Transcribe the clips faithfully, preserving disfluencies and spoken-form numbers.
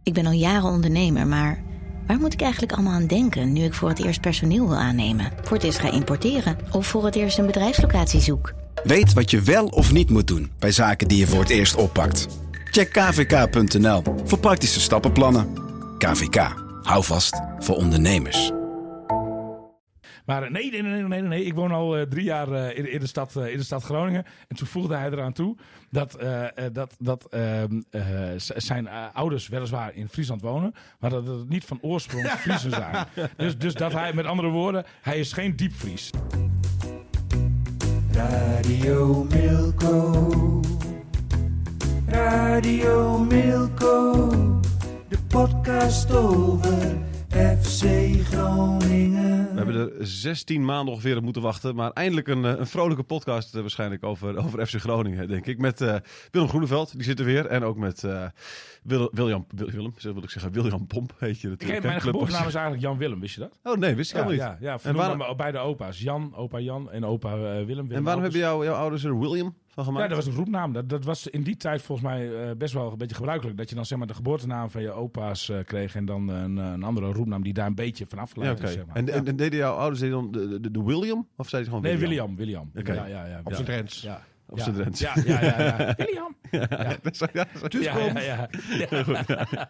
Ik ben al jaren ondernemer, maar waar moet ik eigenlijk allemaal aan denken nu ik voor het eerst personeel wil aannemen, voor het eerst ga importeren of voor het eerst een bedrijfslocatie zoek? Weet wat je wel of niet moet doen bij zaken die je voor het eerst oppakt. Check k v k punt n l voor praktische stappenplannen. K V K, hou vast voor ondernemers. Maar nee, nee, nee, nee, nee. Ik woon al uh, drie jaar uh, in, in, de stad, uh, in de stad Groningen. En toen voegde hij eraan toe dat, uh, uh, dat, dat uh, uh, zijn uh, ouders weliswaar in Friesland wonen, maar dat het niet van oorsprong Friesen zijn. Dus, dus dat hij, met andere woorden, hij is geen diepvries. Radio Milko. Radio Milko. De podcast over F C Groningen. We hebben er zestien maanden ongeveer op moeten wachten. Maar eindelijk een, een vrolijke podcast uh, waarschijnlijk over, over F C Groningen, denk ik. Met uh, Willem Groeneveld, die zit er weer. En ook met uh, Wil, William, Wil, Willem, wil ik zeggen, William Pomp heet je natuurlijk. Ik, mijn geboortenaam is eigenlijk Jan Willem, wist je dat? Oh nee, wist ik ja, helemaal niet. Ja, ja en waarom... beide opa's. Jan, opa Jan en opa uh, Willem. Willem. En waarom hebben jou, jouw ouders er William van gemaakt? Ja, dat was een roepnaam. Dat, dat was in die tijd volgens mij uh, best wel een beetje gebruikelijk. Dat je dan zeg maar de geboortenaam van je opa's uh, kreeg en dan een, een andere roepnaam die daar een beetje vanaf geleid ja, okay. is. Zeg maar. en, ja. en, en deden jouw ouders deden dan de, de, de William? Of zei ze gewoon nee, William? William. William. Okay. Ja, ja, ja. Op zijn Drents. Ja. Op ja. zijn Drents. Ja, ja, ja. ja. William. Ja, ja. Dat is, ja, dat is ja, ja, ja, ja. Goed,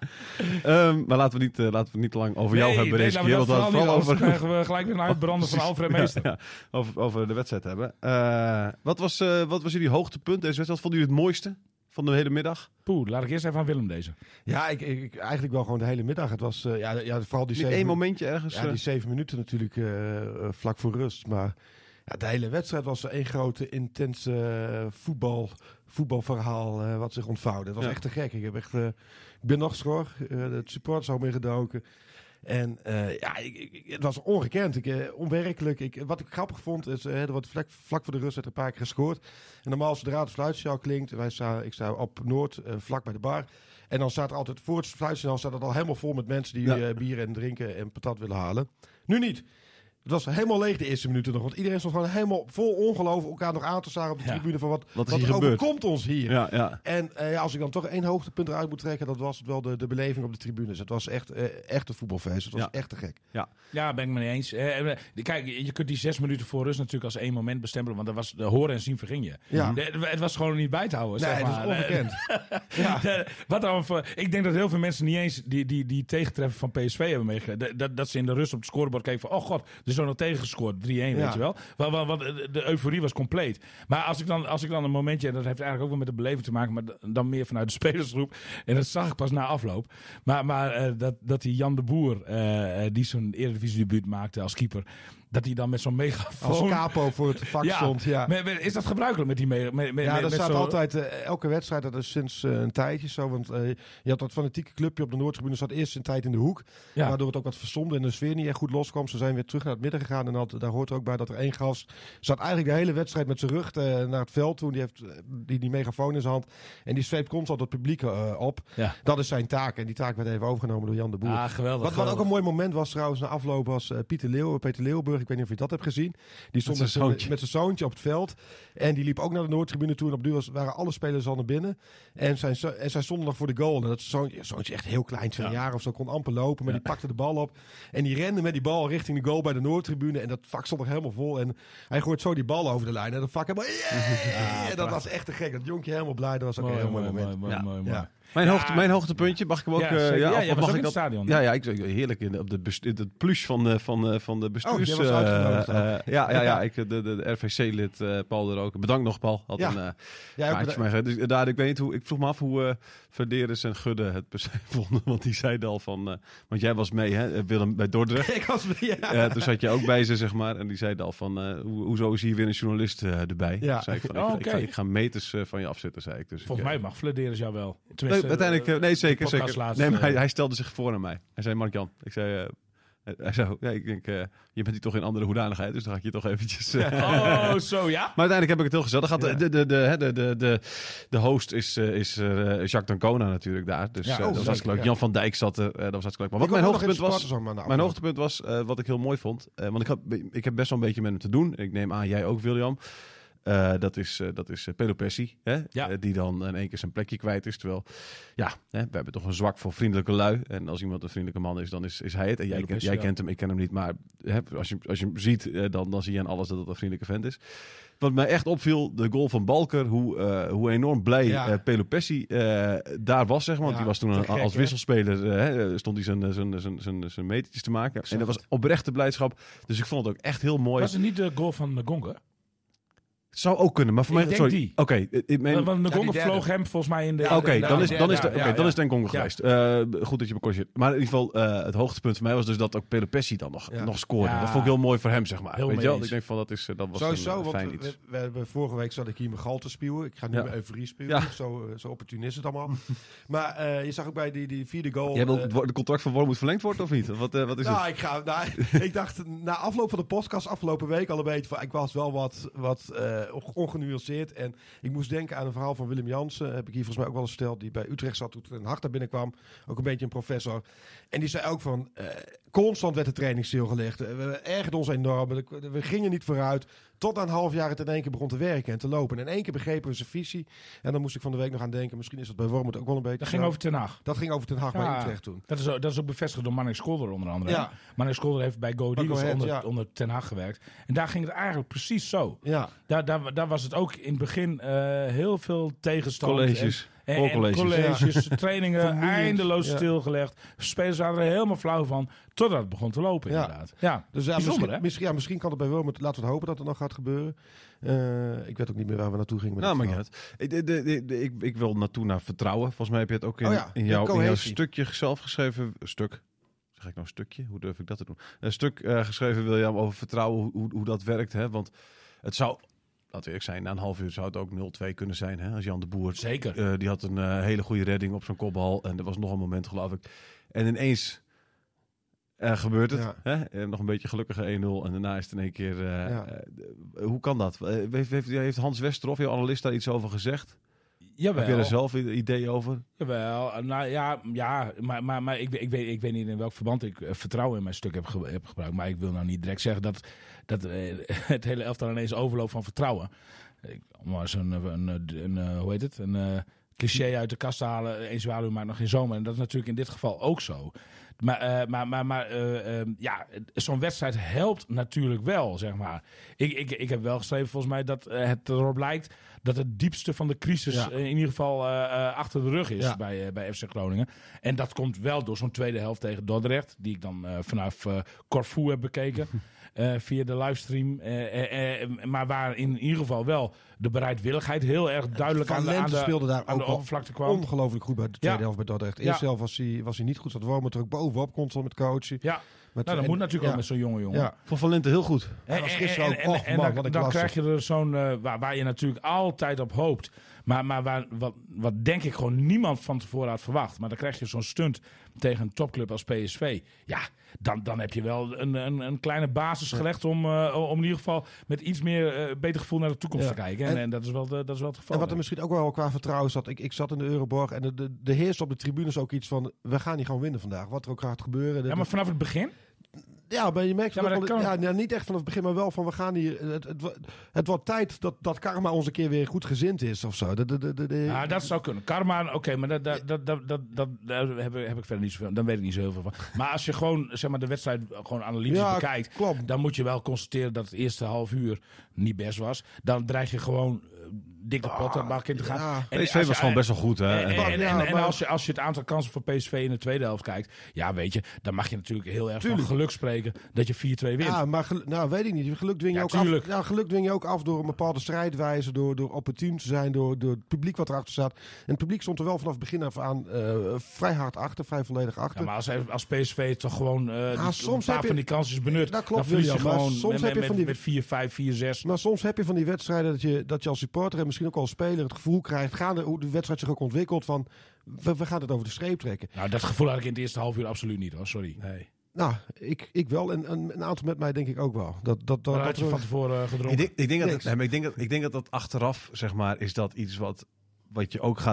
ja. um, maar laten we, niet, uh, laten we niet te lang over nee, jou hebben nee, deze keer. keer. Vooral vooral over... over... krijgen we gelijk weer een uitbranden van Alfred Meester. Ja, ja. Over, over de wedstrijd hebben. Uh, wat, was, uh, wat was jullie hoogtepunt deze wedstrijd? Vonden jullie het mooiste van de hele middag? Poeh, laat ik eerst even aan Willem deze. Ja, ik, ik, eigenlijk wel gewoon de hele middag. Het was uh, ja, ja, vooral die Niet zeven... één momentje ergens? Ja, die zeven minuten natuurlijk uh, uh, vlak voor rust. Maar ja, de hele wedstrijd was één grote, intense uh, voetbal, voetbalverhaal uh, wat zich ontvouwde. Het was ja. echt te gek. Ik, heb echt, uh, ik ben nog schor. Uh, de supporters al meegedoken. En uh, ja, ik, ik, het was ongekend. Ik, uh, onwerkelijk. Ik, wat ik grappig vond, is uh, er wordt vlak, vlak voor de rust werd er een paar keer gescoord. En normaal zodra het fluitsignaal klinkt, wij sta, ik sta op Noord, uh, vlak bij de bar. En dan staat er altijd voor het fluitsignaal staat het al helemaal vol met mensen die ja. uh, bier en drinken en patat willen halen. Nu niet. Het was helemaal leeg de eerste minuten nog. Want iedereen stond gewoon helemaal vol ongeloof elkaar nog aan te staren op de ja. tribune van wat, wat, wat er gebeurd? overkomt ons hier. Ja, ja. En uh, ja, als ik dan toch één hoogtepunt eruit moet trekken, dat was het wel de, de beleving op de tribunes. Het was echt, uh, echt een voetbalfeest. Het was ja. echt te gek. Ja. ja, ben ik me niet eens. Uh, kijk, je kunt die zes minuten voor rust natuurlijk als één moment bestempelen. Want dat was de horen en zien verging je. Ja. De, de, het was gewoon niet bij te houden. Nee, zeg maar. Het was ongekend. ja. de, wat dan voor, ik denk dat heel veel mensen niet eens die, die, die tegentreffen van P S V hebben meegekregen. Dat, dat ze in de rust op het scorebord keken van, oh god, er is ook nog tegengescoord. drie-een, ja. weet je wel. Want, want, want de euforie was compleet. Maar als ik, dan, als ik dan een momentje, en dat heeft eigenlijk ook wel met de beleving te maken, maar dan meer vanuit de spelersgroep. En dat zag ik pas na afloop. Maar, maar uh, dat, dat die Jan de Boer, uh, die zo'n Eredivisie-debuut maakte als keeper, dat hij dan met zo'n megafoon... Als capo voor het vak ja, stond, ja. Met, met, is dat gebruikelijk met die... Me, met, met, ja, dat met staat zo... altijd... Uh, elke wedstrijd, dat is sinds uh, een tijdje zo. Want uh, je had dat fanatieke clubje op de Noordtribune, zat eerst een tijd in de hoek. Ja. Waardoor het ook wat verstomde en de sfeer niet echt goed loskwam. Ze zijn weer terug naar het midden gegaan. En dat, daar hoort er ook bij dat er één gast zat eigenlijk de hele wedstrijd met zijn rug uh, naar het veld toe. Die heeft uh, die, die megafoon in zijn hand. En die zweept constant het publiek uh, op. Ja. Dat is zijn taak. En die taak werd even overgenomen door Jan de Boer. Ah, geweldig. Wat, wat ook een mooi moment was trouwens na afloop was uh, Pieter Leeuw, Peter Leeuwburg. Ik weet niet of je dat hebt gezien. Die stond met zijn, met, met zijn zoontje op het veld. En die liep ook naar de Noordtribune toe. En op duur was, waren alle spelers al naar binnen. En, zijn, en zij stonden nog voor de goal. En dat zoontje, zoontje echt heel klein, twee ja. jaar of zo, kon amper lopen. Maar ja. die pakte de bal op. En die rende met die bal richting de goal bij de Noordtribune. En dat vak stond er helemaal vol. En hij gooit zo die bal over de lijn. En dat vak helemaal... Yeah! Ja, dat was echt te gek. Dat jonkje helemaal blij. Dat was ook mooi, een heel mooi, mooi moment. Mooi, ja. mooi, mooi. Ja. Mijn, hoogte, mijn hoogtepuntje, mag ik hem ook... Ja, uh, ja, ja, ja, mag ik ik dat stadion. Ja, ja, ik heerlijk in, op de best, in het pluche van de, van, uh, van de bestuurs... Oh, jij was uitgenodigd uh, uh, ja, ja, ja, ik, de, de, de R V C-lid uh, Paul de Roker. Bedankt nog, Paul. Had ja. een uh, ja, kaartje mij gegeven. Dus, daar, ik weet niet hoe... Ik vroeg me af hoe uh, Verderes en Gudde het per se vonden. Want die zeiden al van... Uh, want jij was mee, hè, Willem, bij Dordrecht. Ik was mee, ja. Uh, toen zat je ook bij ze, zeg maar. En die zeiden al van... Uh, ho, hoezo is hier weer een journalist uh, erbij? Ja. Zei ik, van, oh, ik, okay. ik, ga, ik ga meters uh, van je afzetten, zei ik. Dus Volgens ik, mij mag Verderes jou wel. Nee, uiteindelijk... Uh, nee, zeker, zeker. Laatst, nee, maar uh, hij, hij stelde zich voor aan mij. Hij zei, Mark-Jan, ik zei... Uh, hij zei, ja, ik denk, uh, je bent hier toch in andere hoedanigheid, dus dan ga ik je toch eventjes... Uh, oh, zo ja? Maar uiteindelijk heb ik het heel gezellig gehad. Ja. De, de, de, de, de, de, de host is, uh, is uh, Jacques D'Ancona natuurlijk daar. Dus ja, uh, dat was hartstikke leuk. Ja. Jan van Dijk zat er. Uh, dat was hartstikke leuk. Maar wat mijn hoogtepunt was, nou, mijn hoogtepunt was uh, wat ik heel mooi vond. Uh, want ik, had, ik heb best wel een beetje met hem te doen. Ik neem aan, jij ook, William. Uh, dat is, uh, dat is uh, Pelopessi, hè? Ja. Uh, die dan in één keer zijn plekje kwijt is. Terwijl, ja, hè, we hebben toch een zwak voor vriendelijke lui. En als iemand een vriendelijke man is, dan is, is hij het. En jij, ken, jij kent hem, ik ken hem niet. Maar hè, als, je, als je hem ziet, uh, dan, dan zie je aan alles dat het een vriendelijke vent is. Wat mij echt opviel, de goal van Balker, hoe, uh, hoe enorm blij ja. uh, Pelopessi uh, daar was, zeg maar. Want ja, die was toen een, gek, als wisselspeler, uh, stond hij zijn, zijn, zijn, zijn, zijn metertjes te maken. En dat was oprechte blijdschap. Dus ik vond het ook echt heel mooi. Was het niet de goal van de Gonga? Het zou ook kunnen, maar voor ik mij... Sorry. die. Oké. Okay, Want de Gonga ja, vloog hem volgens mij in de... Ja, Oké, okay, dan is, dan is, ja, okay, ja, dan ja. is het een Gonga ja. geweest. Uh, goed dat je me corrigeert. Maar in ieder geval, uh, het hoogtepunt voor mij was dus dat ook Pelopessi dan nog, ja. nog scoorde. Ja. Dat vond ik heel mooi voor hem, zeg maar. Heel Weet je wel? Ik denk van, dat, is, dat was Sowieso, een uh, fijn want iets. We, we hebben, vorige week zat ik hier mijn gal te spuwen. Ik ga nu ja. mijn euforie spuwen. Ja. Zo, zo opportun is het allemaal. Maar uh, je zag ook bij die, die vierde goal... Jij wil uh, de contract van Worm moet verlengd worden of niet? Of wat, uh, wat is nou, het? Ik, ga, nou, ik dacht, na afloop van de podcast afgelopen week al een beetje van... Ik was wel wat, wat uh, ongenuanceerd. En ik moest denken aan een verhaal van Willem Jansen. Heb ik hier volgens mij ook wel eens verteld. Die bij Utrecht zat toen Ten Hag daar binnenkwam. Ook een beetje een professor. En die zei ook van... Uh, constant werd de training stilgelegd. We ergerden ons enorm. We gingen niet vooruit. Tot na een half jaar het in één keer begon te werken en te lopen. En in één keer begrepen we zijn visie. En dan moest ik van de week nog aan denken. Misschien is dat bij Wormoed ook wel een beetje... Dat ging over Ten Hag. Dat ging over Ten Hag ja, bij Utrecht toen. Dat is, ook, dat is ook bevestigd door Manning Scholder onder andere. Ja. Manning Scholder heeft bij Go Eagles onder, ja. onder Ten Hag gewerkt. En daar ging het eigenlijk precies zo. Ja. Daar, daar, daar was het ook in het begin uh, heel veel tegenstand. Colleges. En, en, en colleges, ja. trainingen, eindeloos ja. stilgelegd. Spelers waren er helemaal flauw van. Totdat het begon te lopen, ja. inderdaad. Ja, dus ja, bijzonder, misschien, misschien, ja, misschien kan het bij Wormoed. Laten we hopen dat het nog gaat gebeuren. Uh, ik weet ook niet meer waar we naartoe gingen. Met nou, maar niet. Ik, de, de, de, de, ik, ik wil naartoe naar vertrouwen. Volgens mij heb je het ook in, oh ja, in, jou, in jouw stukje zelf geschreven. Stuk. Zeg ik nou stukje? Hoe durf ik dat te doen? Een stuk uh, geschreven, William, over vertrouwen. Hoe, hoe dat werkt. Hè? Want het zou... Laten we eerlijk zijn, na een half uur zou het ook nul twee kunnen zijn. Hè? Als Jan de Boer... Zeker. Uh, die had een uh, hele goede redding op zijn kopbal. En er was nog een moment, geloof ik. En ineens uh, gebeurt het. Ja. Hè? En nog een beetje gelukkige één nul. En daarna is het in één keer... Uh, ja. uh, hoe kan dat? Uh, heeft, heeft, heeft Hans Westerhof, jouw analist, daar iets over gezegd? Jawel. Heb je er zelf een idee over? Jawel, nou ja, ja maar, maar, maar ik, ik, weet, ik weet niet in welk verband ik uh, vertrouwen in mijn stuk heb, ge, heb gebruikt. Maar ik wil nou niet direct zeggen dat, dat uh, het hele elftal ineens overloopt van vertrouwen. Ik, om maar eens een, een, een, een, hoe heet het, een uh, cliché uit de kast te halen. Eén zwaluw maakt nog geen zomer. En dat is natuurlijk in dit geval ook zo. Maar, uh, maar, maar, maar uh, uh, ja, zo'n wedstrijd helpt natuurlijk wel, zeg maar. Ik, ik, ik heb wel geschreven volgens mij dat uh, het erop lijkt dat het diepste van de crisis ja. in ieder geval uh, uh, achter de rug is ja. bij, uh, bij F C Groningen. En dat komt wel door zo'n tweede helft tegen Dordrecht, die ik dan uh, vanaf uh, Corfu heb bekeken. Uh, via de livestream. Uh, uh, uh, maar waar in ieder geval wel de bereidwilligheid heel erg duidelijk aan de, aan de, speelde daar aan ook de oppervlakte kwam. Ongelooflijk goed bij de tweede ja. helft bij Dordrecht. Eerst ja. helft was hij, was hij niet goed. Zat Wormoed er ook bovenop, constant met coachen. Ja. Met, nou, dat en, moet natuurlijk ja. ook met zo'n jonge jongen. Ja. Van Van Lente heel goed. En, was gisteren en, ook, en, och, en, man, en wat dan, ik dan krijg je er zo'n... Uh, waar, waar je natuurlijk altijd op hoopt. Maar, maar waar, wat, wat denk ik gewoon niemand van tevoren had verwacht. Maar dan krijg je zo'n stunt tegen een topclub als P S V. Ja, dan, dan heb je wel een, een, een kleine basis gelegd ja. om, uh, om in ieder geval met iets meer uh, beter gevoel naar de toekomst ja. te kijken. En, en, en dat, is wel de, dat is wel het geval. En wat er misschien ook wel qua vertrouwen zat. Ik, ik zat in de Euroborg en de, de, de heerst op de tribunes ook iets van... We gaan niet gewoon winnen vandaag. Wat er ook gaat gebeuren. De, ja, maar vanaf het begin... Ja, maar je merkt ja, maar dat dat wel, ja, niet echt vanaf het begin, maar wel van we gaan hier. Het, het, het, het wordt tijd dat, dat karma ons een keer weer goed gezind is of zo. De, de, de, de, de... Ja, dat zou kunnen. Karma, oké, okay, maar dat, dat, dat, dat, dat, dat, daar heb, heb ik verder niet zoveel. Dan weet ik niet zo heel veel van. Maar als je gewoon zeg maar, de wedstrijd gewoon analytisch ja, bekijkt, klopt. Dan moet je wel constateren dat het eerste half uur niet best was. Dan dreig je gewoon dikke pottenbak in te gaan. Ja. En P S V was je, gewoon best wel goed. Hè? En, en, en, en, en als, je, als je het aantal kansen voor P S V in de tweede helft kijkt, ja, weet je, dan mag je natuurlijk heel erg tuurlijk. van geluk spreken dat je vier twee wint. Ja, maar geluk, nou, weet ik niet. Geluk dwing je, ja, ook af, ja, geluk dwing je ook af door een bepaalde strijdwijze, door, door opportun te zijn, door, door het publiek wat erachter staat. En het publiek stond er wel vanaf het begin af aan uh, vrij hard achter, vrij volledig achter. Ja, maar als, als P S V toch gewoon uh, ja, die, een paar je, van die kansjes benut, dat klopt, dan verlies je William, gewoon soms met, heb je met, van die, met vier vijf, vier zes. Maar soms heb je van die wedstrijden dat je, dat je als supporter en misschien ook als speler het gevoel krijgt, gaan de, hoe de wedstrijd zich ook ontwikkelt, van we, we gaan het over de streep trekken. Nou, dat gevoel had ik in het eerste half uur absoluut niet, hoor. Sorry. Nee. Nou, ik, ik wel. En een, een aantal met mij denk ik ook wel. Dat, dat, dat, dat dat je van tevoren uh, gedronken. Ik denk, ik denk dat, het, nee, maar ik denk dat, ik denk dat dat achteraf, zeg maar, is dat iets wat, wat je ook gaat...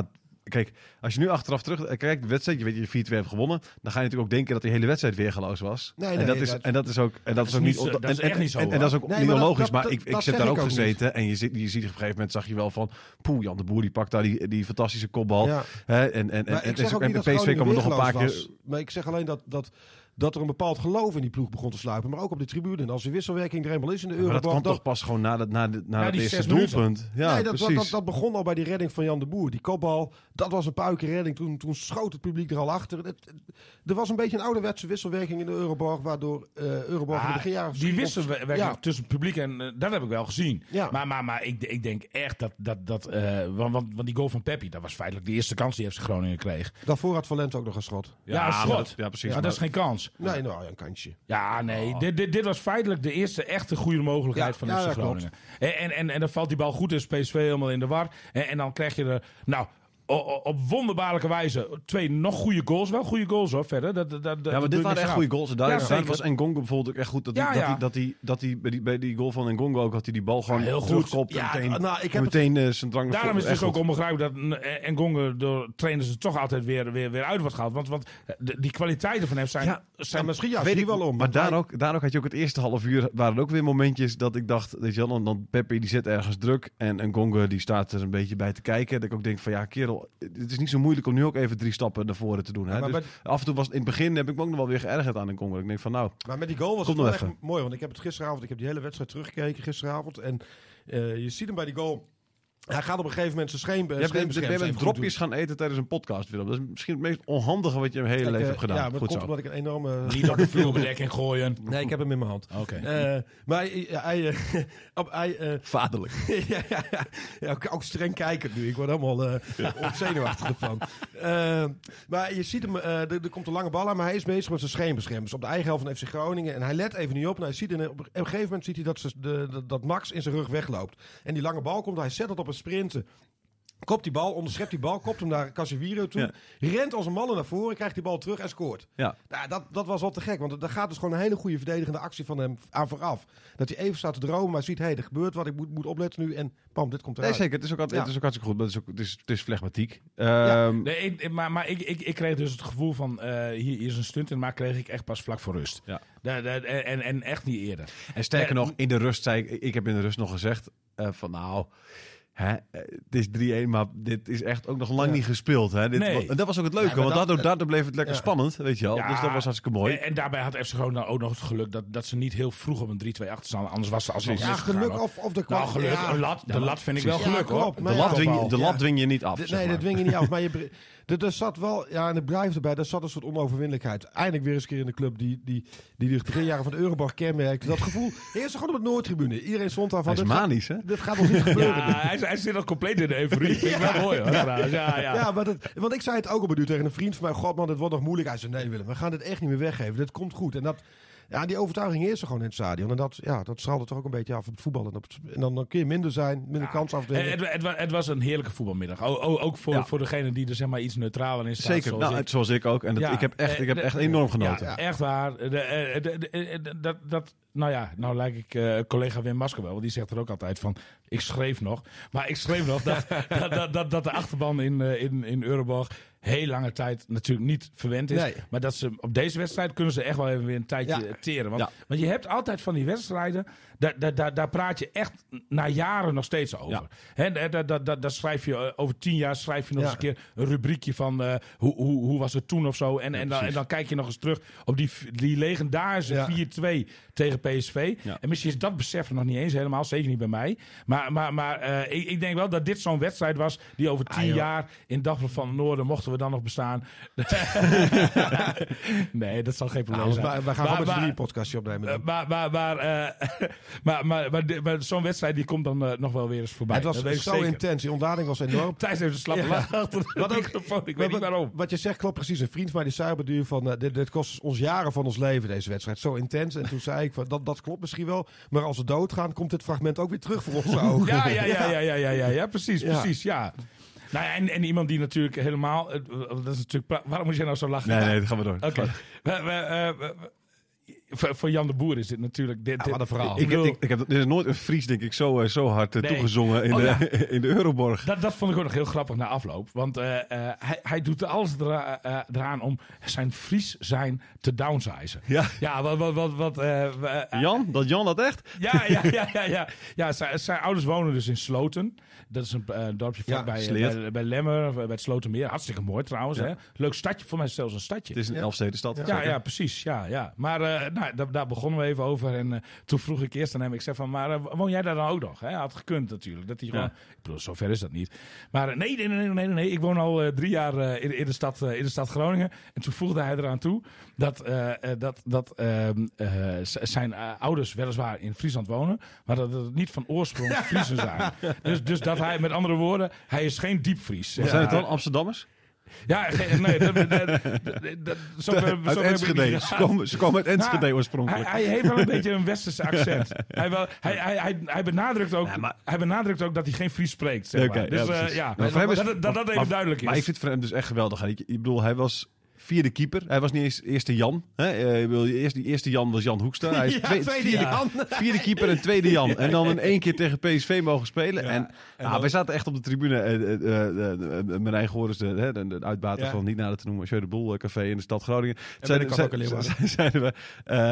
kijk, als je nu achteraf terug kijkt, de wedstrijd, je weet je vier twee hebt gewonnen, dan ga je natuurlijk ook denken dat die hele wedstrijd weergeloos was. Nee, nee, en, dat is, dat, en dat is ook, en dat is ook niet, niet, en, dat is en, echt niet zo. En, en dat is ook nee, niet maar onlogisch, dat, maar dat, ik, ik dat zit daar ook ook gezeten niet. en je ziet, je ziet op een gegeven moment zag je wel van, poeh, Jan de Boer die pakt daar die, die fantastische kopbal. Ja. Hè, en en, en, en, en, en P S V kwam er nog een paar keer. Maar ik zeg alleen dat, dat, dat er een bepaald geloof in die ploeg begon te sluipen. Maar ook op de tribune. En als die wisselwerking er eenmaal is in de Euroborg... Maar dat kwam dan, toch pas gewoon na, de, na, de, na Ja, het die eerste zes doelpunt. Ja, nee, dat, dat, precies. dat, dat begon al bij die redding van Jan de Boer. Die kopbal, dat was een puikenredding. Toen, toen schoot het publiek er al achter. Het, het, er was een beetje een ouderwetse wisselwerking in de Euroborg. Waardoor uh, Euroborg Ah, in de beginjaren... die wisselwerking ja. tussen het publiek en... Uh, dat heb ik wel gezien. Ja. Maar, maar, maar ik, ik denk echt dat... dat, dat uh, want, want, want die goal van Peppi, dat was feitelijk de eerste kans die F C Groningen kreeg. Daarvoor had Valente ook nog een schot. Ja, ja een schot. Dat, ja, precies. Maar, maar dat is geen kans. Nee, nou, een kansje. Ja, nee. Oh. Dit, dit, dit was feitelijk de eerste echte goede mogelijkheid Ja, van ja, F C dat Groningen. En, en, en, en dan valt die bal goed, is P S V helemaal in de war. En, en dan krijg je er... Nou, op wonderbaarlijke wijze twee nog goede goals. Wel goede goals hoor, verder. Dat, dat, dat, ja, maar dat dit waren echt af. goede goals. En daar, Ja, daar zeker. was Ngongo bijvoorbeeld ook echt goed. Dat hij, Ja, dat ja. hij, dat hij, dat hij bij, die, bij die goal van Ngongo ook had hij die bal gewoon Ja, heel goed. terugkopt. Ja, en meteen, nou, ik heb meteen uh, zijn drang naar Daarom is voren. het dus Echt ook goed. onbegrijpelijk dat Ngongo door trainers er toch altijd weer, weer, weer uit wordt gehaald. Want, want de, die kwaliteiten van hem zijn... Ja, zijn Ja, misschien juist Weet hier ik wel om. Maar want daar hij- ook, daar ook had je ook het eerste half uur, waren er ook weer momentjes dat ik dacht, weet je wel, dan, dan Pepe die zet ergens druk en Ngongo die staat er een beetje bij te kijken. Dat ik ook denk van ja kerel, het is niet zo moeilijk om nu ook even drie stappen naar voren te doen. Hè? Ja, maar Dus bij- af en toe was in het begin heb ik me ook nog wel weer geërgerd aan Ngongo. Ik denk van nou, Maar met die goal was Kom het wel nog echt even. mooi. Want ik heb het gisteravond, ik heb die hele wedstrijd teruggekeken gisteravond. En uh, je ziet hem bij die goal. Hij gaat op een gegeven moment zijn scheen, je hebt, je scheenbeschermers bent even goed dropjes gaan eten tijdens een podcast, Willem. Dat is misschien het meest onhandige wat je in je hele doen. leven Kijk, hebt uh, gedaan. Ja, maar Goed dat komt zo. omdat ik een enorme... niet op de vloerbedekking gooien. Nee, ik heb hem in mijn hand. Oké. Uh, maar uh, hij... Uh, op, hij uh, Vaderlijk. ja, ja, ja, ja, ook, ook streng kijkend nu. Ik word helemaal uh, zenuwachtig ervan. Uh, maar je ziet hem, uh, er, er komt een lange bal aan, maar hij is bezig met zijn scheenbeschermers op de eigen helft van F C Groningen. En hij let even niet op. En hij ziet in, op een gegeven moment ziet hij dat, ze, de, de, dat Max in zijn rug wegloopt. En die lange bal komt, hij zet het op een sprinten. Kopt die bal, onderschept die bal, kopt hem naar Casemiro toe. Ja. Rent als een malle naar voren, krijgt die bal terug en scoort. Ja. Nou, dat, dat was wel te gek, want er gaat dus gewoon een hele goede verdedigende actie van hem aan vooraf. Dat hij even staat te dromen, maar ziet, hé, hey, er gebeurt wat, ik moet, moet opletten nu. En pam, dit komt eruit. Nee, zeker. Het is ook, altijd, Ja. het is ook hartstikke goed, maar het is, ook, het is, het is flegmatiek. Ja. Um, Nee, ik, maar maar ik, ik, ik kreeg dus het gevoel van, uh, hier, hier is een stunt in, maar kreeg ik echt pas vlak voor rust. Ja. Da, da, en, en echt niet eerder. En sterker Ja, nog, in de rust zei ik, ik heb in de rust nog gezegd uh, van nou, hè, het is drie-een, maar dit is echt ook nog lang Ja. niet gespeeld. Hè. Dit, Nee. En dat was ook het leuke, Ja, maar want dat- daardoor, daardoor bleef het lekker Ja. spannend, weet je wel. Ja. Dus dat was hartstikke mooi. En, en daarbij had F C Groningen ook nog het geluk dat, dat ze niet heel vroeg op een drie twee achter staan. Anders was ze alsnog Ja, misgegaan, geluk hoor. of, of de Nou, geluk, ja. een lat, de Ja, lat vind ik wel precies. geluk Ja, hoor. klopt. de Maar lat, ja, dwing je, de ja. lat dwing je niet af. De- zeg nee, maar. dat dwing je niet af. Maar je, er, er zat wel, ja, en het blijft erbij, er zat een soort onoverwinnelijkheid. Eindelijk weer eens een keer in de club die, die, die de drie jaren van de Euroborg kenmerkte. Dat gevoel, eerst gewoon op het Noordtribune. Iedereen stond daar van, Hij is dit gaat, manisch, hè? dit gaat ons niet gebeuren. Ja, hij, hij zit nog compleet in de euforie. Vind ik wel mooi hoor. trouwens. Ja, ja. Ja, maar dat, want ik zei het ook op een uur tegen een vriend van mij. God man, dit wordt nog moeilijk. Hij zei, nee Willem, we gaan dit echt niet meer weggeven. Dit komt goed. En dat, ja, die overtuiging is er gewoon in het stadion. En dat, ja, dat straalde toch ook een beetje af op het voetbal. En, op het, en dan, dan kun je minder zijn, minder kans En afdwingen. Het, het, wa- het was een heerlijke voetbalmiddag. O, o- ook voor, Ja. voor degene die er zeg maar iets neutraler in staat. Zeker, zoals nou, ik. het- zoals ik ook. En dat, Ja, ik heb echt, ik heb eh, echt de- enorm genoten. Ja, echt waar. De, de, de, de- de- dat, dat, nou ja, nou lijk ik uh, collega Wim Masker wel. Want die zegt er ook altijd van, ik schreef nog. Maar ik schreef nog dat, dat, dat, dat, dat de achterban in, uh, in, in Euroborg heel lange tijd natuurlijk niet verwend is. Nee. Maar dat ze op deze wedstrijd kunnen ze echt wel even weer een tijdje Ja. teren. Want, Ja. want je hebt altijd van die wedstrijden, daar, daar, daar, daar praat je echt na jaren nog steeds over. Ja. Hè, daar, daar, daar, daar- daar schrijf je uh, over tien jaar schrijf je nog Ja. eens een keer een rubriekje van uh, hoe, hoe, hoe was het toen of zo. En, en, dan, precies. en dan kijk je nog eens terug op die, die legendarische Ja. vier twee tegen P S V. Ja. En misschien is dat besef er nog niet eens helemaal, zeker niet bij mij. Maar, maar, maar uh, ik, ik denk wel dat dit zo'n wedstrijd was die over tien Ah, joh. jaar in Dagblad van het Noorden, mochten we dan nog bestaan. Nee, dat zal geen probleem Nou, zijn. wij, wij gaan Maar- gewoon met z'n maar- drieën een podcastje opnemen. Uh, dan. maar maar, maar, uh, maar, maar, maar, de- maar zo'n wedstrijd die komt dan uh, nog wel weer eens voorbij. Het was Dat weet ik zo zeker. intens. Die ontlading was enorm. Thijs heeft een slappe Ja. lach achter de Wat ook- microfoon. Ik Maar weet niet wat- waarom. Wat je zegt klopt precies. Een vriend van mij die zei op het duur van... Uh, dit, dit kost ons jaren van ons leven, deze wedstrijd. Zo intens. En toen zei ik, van, dat, dat klopt misschien wel. Maar als we doodgaan, komt dit fragment ook weer terug voor onze ogen. Ja, ja, ja, ja, ja, ja, ja, ja, precies, Ja. precies, ja. Nou ja, en, en iemand die natuurlijk helemaal... uh, Dat is natuurlijk... pra- Waarom moet jij nou zo lachen? Nee, nee, dat gaan we door. Oké. We- we- uh, we- voor, voor Jan de Boer is dit natuurlijk... Dit, Ja, wat een verhaal. Ik, ik, ik, ik heb, er is nooit een Fries, denk ik, zo, zo hard uh, Nee. toegezongen in, Oh, de, ja. in de Euroborg. Dat, dat vond ik ook nog heel grappig na afloop. Want uh, uh, hij, hij doet er alles dra- uh, eraan om zijn Fries zijn te downsizen. Ja. Ja, wat... wat, wat, wat uh, uh, Jan? Dat Jan dat echt? Ja, ja, ja, ja, ja. ja zijn, zijn ouders wonen dus in Sloten. Dat is een uh, dorpje Ja, vlakbij Sleert. bij, bij Lemmer, bij het Slotermeer. Hartstikke mooi trouwens. Ja. Hè? Leuk stadje, voor mij is het zelfs een stadje. Het is een Ja. Elfstedenstad. Ja, zeker? ja, precies. Ja, ja. Maar uh, nou, daar, daar begonnen we even over. En uh, toen vroeg ik eerst aan hem, ik zei van, maar uh, woon jij daar dan ook nog? Hij had gekund natuurlijk. Dat hij gewoon, Ja. ik bedoel, zover is dat niet. Maar uh, nee, nee, nee, nee, nee, nee. Ik woon al uh, drie jaar uh, in, in, de stad, uh, in de stad Groningen. En toen voegde hij eraan toe dat, uh, uh, dat, dat uh, uh, z- zijn uh, ouders weliswaar in Friesland wonen, maar dat het niet van oorsprong Friesen zijn. Dus, dus dat hij, met andere woorden, hij is geen diepvries. Wat zijn het dan? Amsterdammers? Ja, ge- nee, dat, dat, dat, dat, zo, Uit zo heb ik Enschede. niet Ze gedaan. komen, ze komen uit Enschede Nou, oorspronkelijk. Hij, hij heeft wel een beetje een westerse accent. hij, wel, hij, hij, hij, hij, benadrukt ook, Ja, maar- hij benadrukt ook dat hij geen Fries spreekt. Zeg Oké, maar. Dus ja, ja, precies. ja, Maar voor hem is- dat, dat, dat dat even maar- duidelijk is. Maar ik vind het voor hem dus echt geweldig. Ik, ik bedoel, hij was vierde keeper. Hij was niet eens eerste Jan. Hè? Uh, ik bedoel, die eerste, die eerste Jan was Jan Hoekstra. Hij is Ja, twee- tweede vierde, Jan. vierde keeper en tweede Jan. En dan in één keer tegen P S V mogen spelen. Ja. En, En nou, dan- wij zaten echt op de tribune. Uh, uh, uh, uh, Marijn Goris, de, de, de, de uitbater Ja. van niet nader te noemen, Jeu de Boel café in de stad Groningen. ben ik ook in Leeuwarden. zeiden we,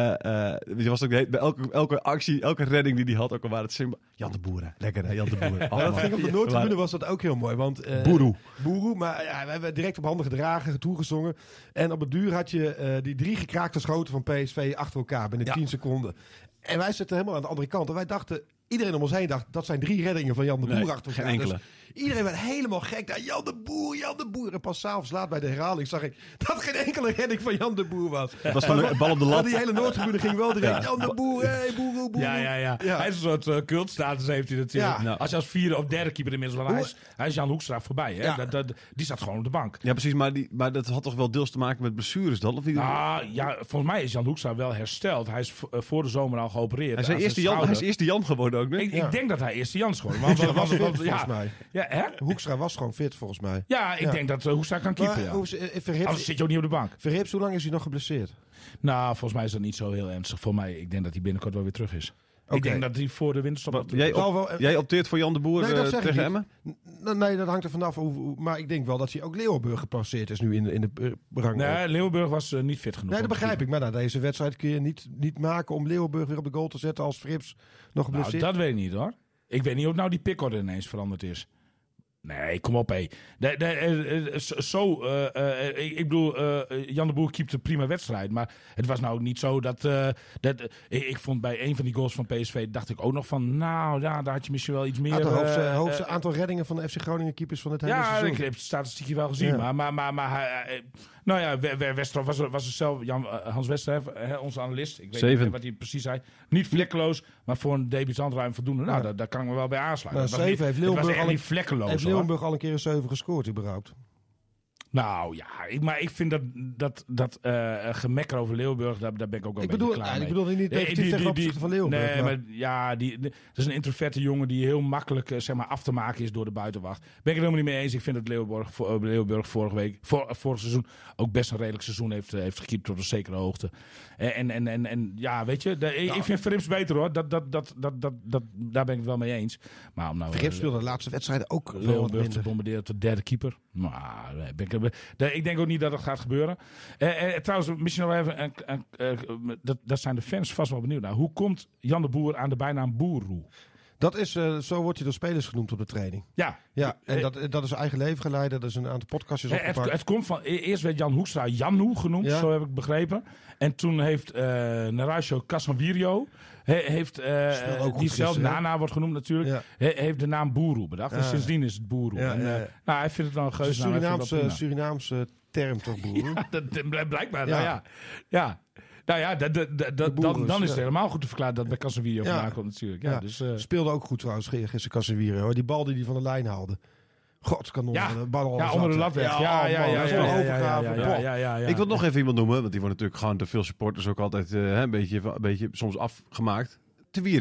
uh, uh, je was ook de, he- bij elke, elke actie, elke redding die hij had, ook al waren het Simba. Jan de Boeren. Lekker hè, Jan de Boeren. Ja, dat Allemaal. ging op de Ja, Noordtribune waren- was dat ook heel mooi. Want, uh, Boeroe. Boeroe, maar ja, we hebben direct op handen gedragen, toegezongen. En op het duur had je uh, die drie gekraakte schoten van P S V achter elkaar binnen Ja. tien seconden. En wij zitten helemaal aan de andere kant. En wij dachten, iedereen om ons heen dacht, dat zijn drie reddingen van Jan de Boer Nee, achter geen elkaar. enkele. Dus iedereen werd helemaal gek. Daar, Jan de Boer, Jan de Boer. En pas s'avonds laat bij de herhaling zag ik dat geen enkele redding van Jan de Boer was. Het was van een bal op de Maar lat. die hele Noordtribune ging wel direct. Ja. Jan de Boer, hey, Boeroe, Boeroe. Ja, ja, ja, Ja. Hij is een soort uh, cultstatus heeft hij natuurlijk. Ja. Ja. Als je als vierde of derde keeper inmiddels, want hij is, hij is Jan Hoekstra voorbij. Hè? Ja. Dat, dat, die staat gewoon op de bank. Ja, precies. Maar, die, maar dat had toch wel deels te maken met blessures dan? Of niet? Ah, ja, volgens mij is Jan Hoekstra wel hersteld. Hij is v- uh, voor de zomer al geopereerd. hij, is aan eerste zijn Jan, hij is schouder. eerste Jan geworden ook, nee? Ik, Ja. ik denk dat hij eerste Jan is geworden. Want, Hoekstra want, was want, fit, want- volgens ja, mij. ja, hè? Hoekstra was gewoon fit, volgens mij. Ja, ik Ja. denk dat uh, Hoekstra kan keeper. Maar, Ja. hoe is- eh, Anders Verrips, zit je ook niet op de bank. Verrips, hoe lang is hij nog geblesseerd? Nou, volgens mij is dat niet zo heel ernstig. Voor mij, ik denk dat hij binnenkort wel weer terug is. Ik Oké. denk dat hij voor de winterstop Maar wel terug jij, is. Zal op- wel, eh, jij opteert voor Jan de Boer Nee, dat eh, zeg ik tegen niet. Emmen? N- Nee, dat hangt er vanaf. Hoe, hoe- maar ik denk wel dat hij ook Leeuwenburg gepasseerd is nu in de, in de uh, rang. Nee, Nee, Leeuwenburg was uh, niet fit genoeg. dat om te begrijp keeper. ik. Maar nou, deze wedstrijd kun je niet, niet maken om Leeuwenburg weer op de goal te zetten als Frips nog Nou, geblesseerd. dat weet ik niet hoor. Ik weet niet of nou die pickorde ineens veranderd is. Nee, kom op hé. De, de, eh, eh, zo, zo, eh, eh, ik, ik bedoel, eh, Jan de Boer keepte een prima wedstrijd. Maar het was nou niet zo dat... eh, dat ik, ik vond bij een van die goals van P S V, dacht ik ook nog van... Nou, ja, daar had je misschien wel iets meer... Aantal, hoogste, eh, hoogste eh, aantal reddingen van de F C Groningen keepers van het hele ja, seizoen. ik heb het statistiekje wel gezien. Ja. Maar, maar, maar, maar hij- hij- nou ja, We- We- Westerhof was er, was er zelf, Jan, eh, Hans Westerhof, hè, onze analist. Ik weet Zeven. niet wat hij precies zei. Niet vlekkeloos, maar voor een debutant ruim voldoende. Nou, Ja. daar, daar kan ik me wel bij aansluiten. Nou, Het was zeven niet- heeft het was Leeuwenburg echt al niet vlekkeloos. Heeft hoor. Leeuwenburg al een keer een zeven gescoord überhaupt? Nou ja, ik, maar ik vind dat, dat, dat eh, gemekker over Leeuwenburg, daar, daar ben ik ook wel Ik een bedoel, beetje klaar nee, mee. ik bedoel niet Nee, negatief ten opzichte van Leeuwenburg. Nee, maar- maar, ja, die, die- dat is een introverte jongen die heel makkelijk eh, zeg maar, af te maken is door de buitenwacht. Ben ik het helemaal niet mee eens. Ik vind dat Leeuwenburg, voor, uh, Leeuwenburg vorige week, voor, uh, vorig seizoen ook best een redelijk seizoen heeft, uh, heeft gekiept tot een zekere hoogte. En, en, en, en, en ja, weet je, de, ik- ik vind Verrips beter hoor. Dat, dat, dat, dat, dat, dat, daar ben ik het wel mee eens. Maar om nou, Verrips uh, speelde de laatste wedstrijden ook wel wat Leeuwenburg te minder. bombarderen tot derde keeper. Maar nee, ben ik, de, ik denk ook niet dat dat gaat gebeuren. Eh, eh, trouwens, misschien nog even, een- een- eh, dat, dat zijn de fans vast wel benieuwd naar. Hoe komt Jan de Boer aan de bijnaam Boeroe? Dat is, uh, zo wordt hij door spelers genoemd op de training. Ja, Ja, en Eh, dat, dat is zijn eigen leven geleiden. Dat is een aantal podcastjes eh, het, opgepakt. het komt van, e- eerst werd Jan Hoekstra Jannu genoemd, Ja. zo heb ik begrepen. En toen heeft uh, Naracio Casanvirio, he, heeft, uh, Speelt ook goed die zelf gisteren, hè? Nana wordt genoemd natuurlijk, Ja. he, heeft de naam Boeroe bedacht. En Ja. sindsdien is het Boeroe. Ja, en, ja, uh, ja. nou, hij vindt het wel een Dat is geuze een naam. hij vindt het Surinaamse, wel prima. Surinaamse term toch, boer? Ja, dat, dat blijkbaar. Ja. Nou ja. ja. Nou ja, dat, dat, dat, dat- boeren, dan, dan is het ja. helemaal goed te verklaren dat bij Casemiro Ja. vandaan komt natuurlijk. Ja, Ja. dus, uh, Speelde ook goed trouwens gisteren Casemiro. Hoor. Die bal die hij van de lijn haalde. God, kanon. Ja. De bal al ja, zat, onder de hè. lat weg. Ja, Ja, ja, man, ja, dat is ja, wel ja, een ja, overgave. ja, Boah. ja, ja, ja, ja. Ik wil nog even iemand noemen, want die wordt natuurlijk gewoon te veel supporters ook altijd uh, een, beetje, een beetje soms afgemaakt. Te Wierik.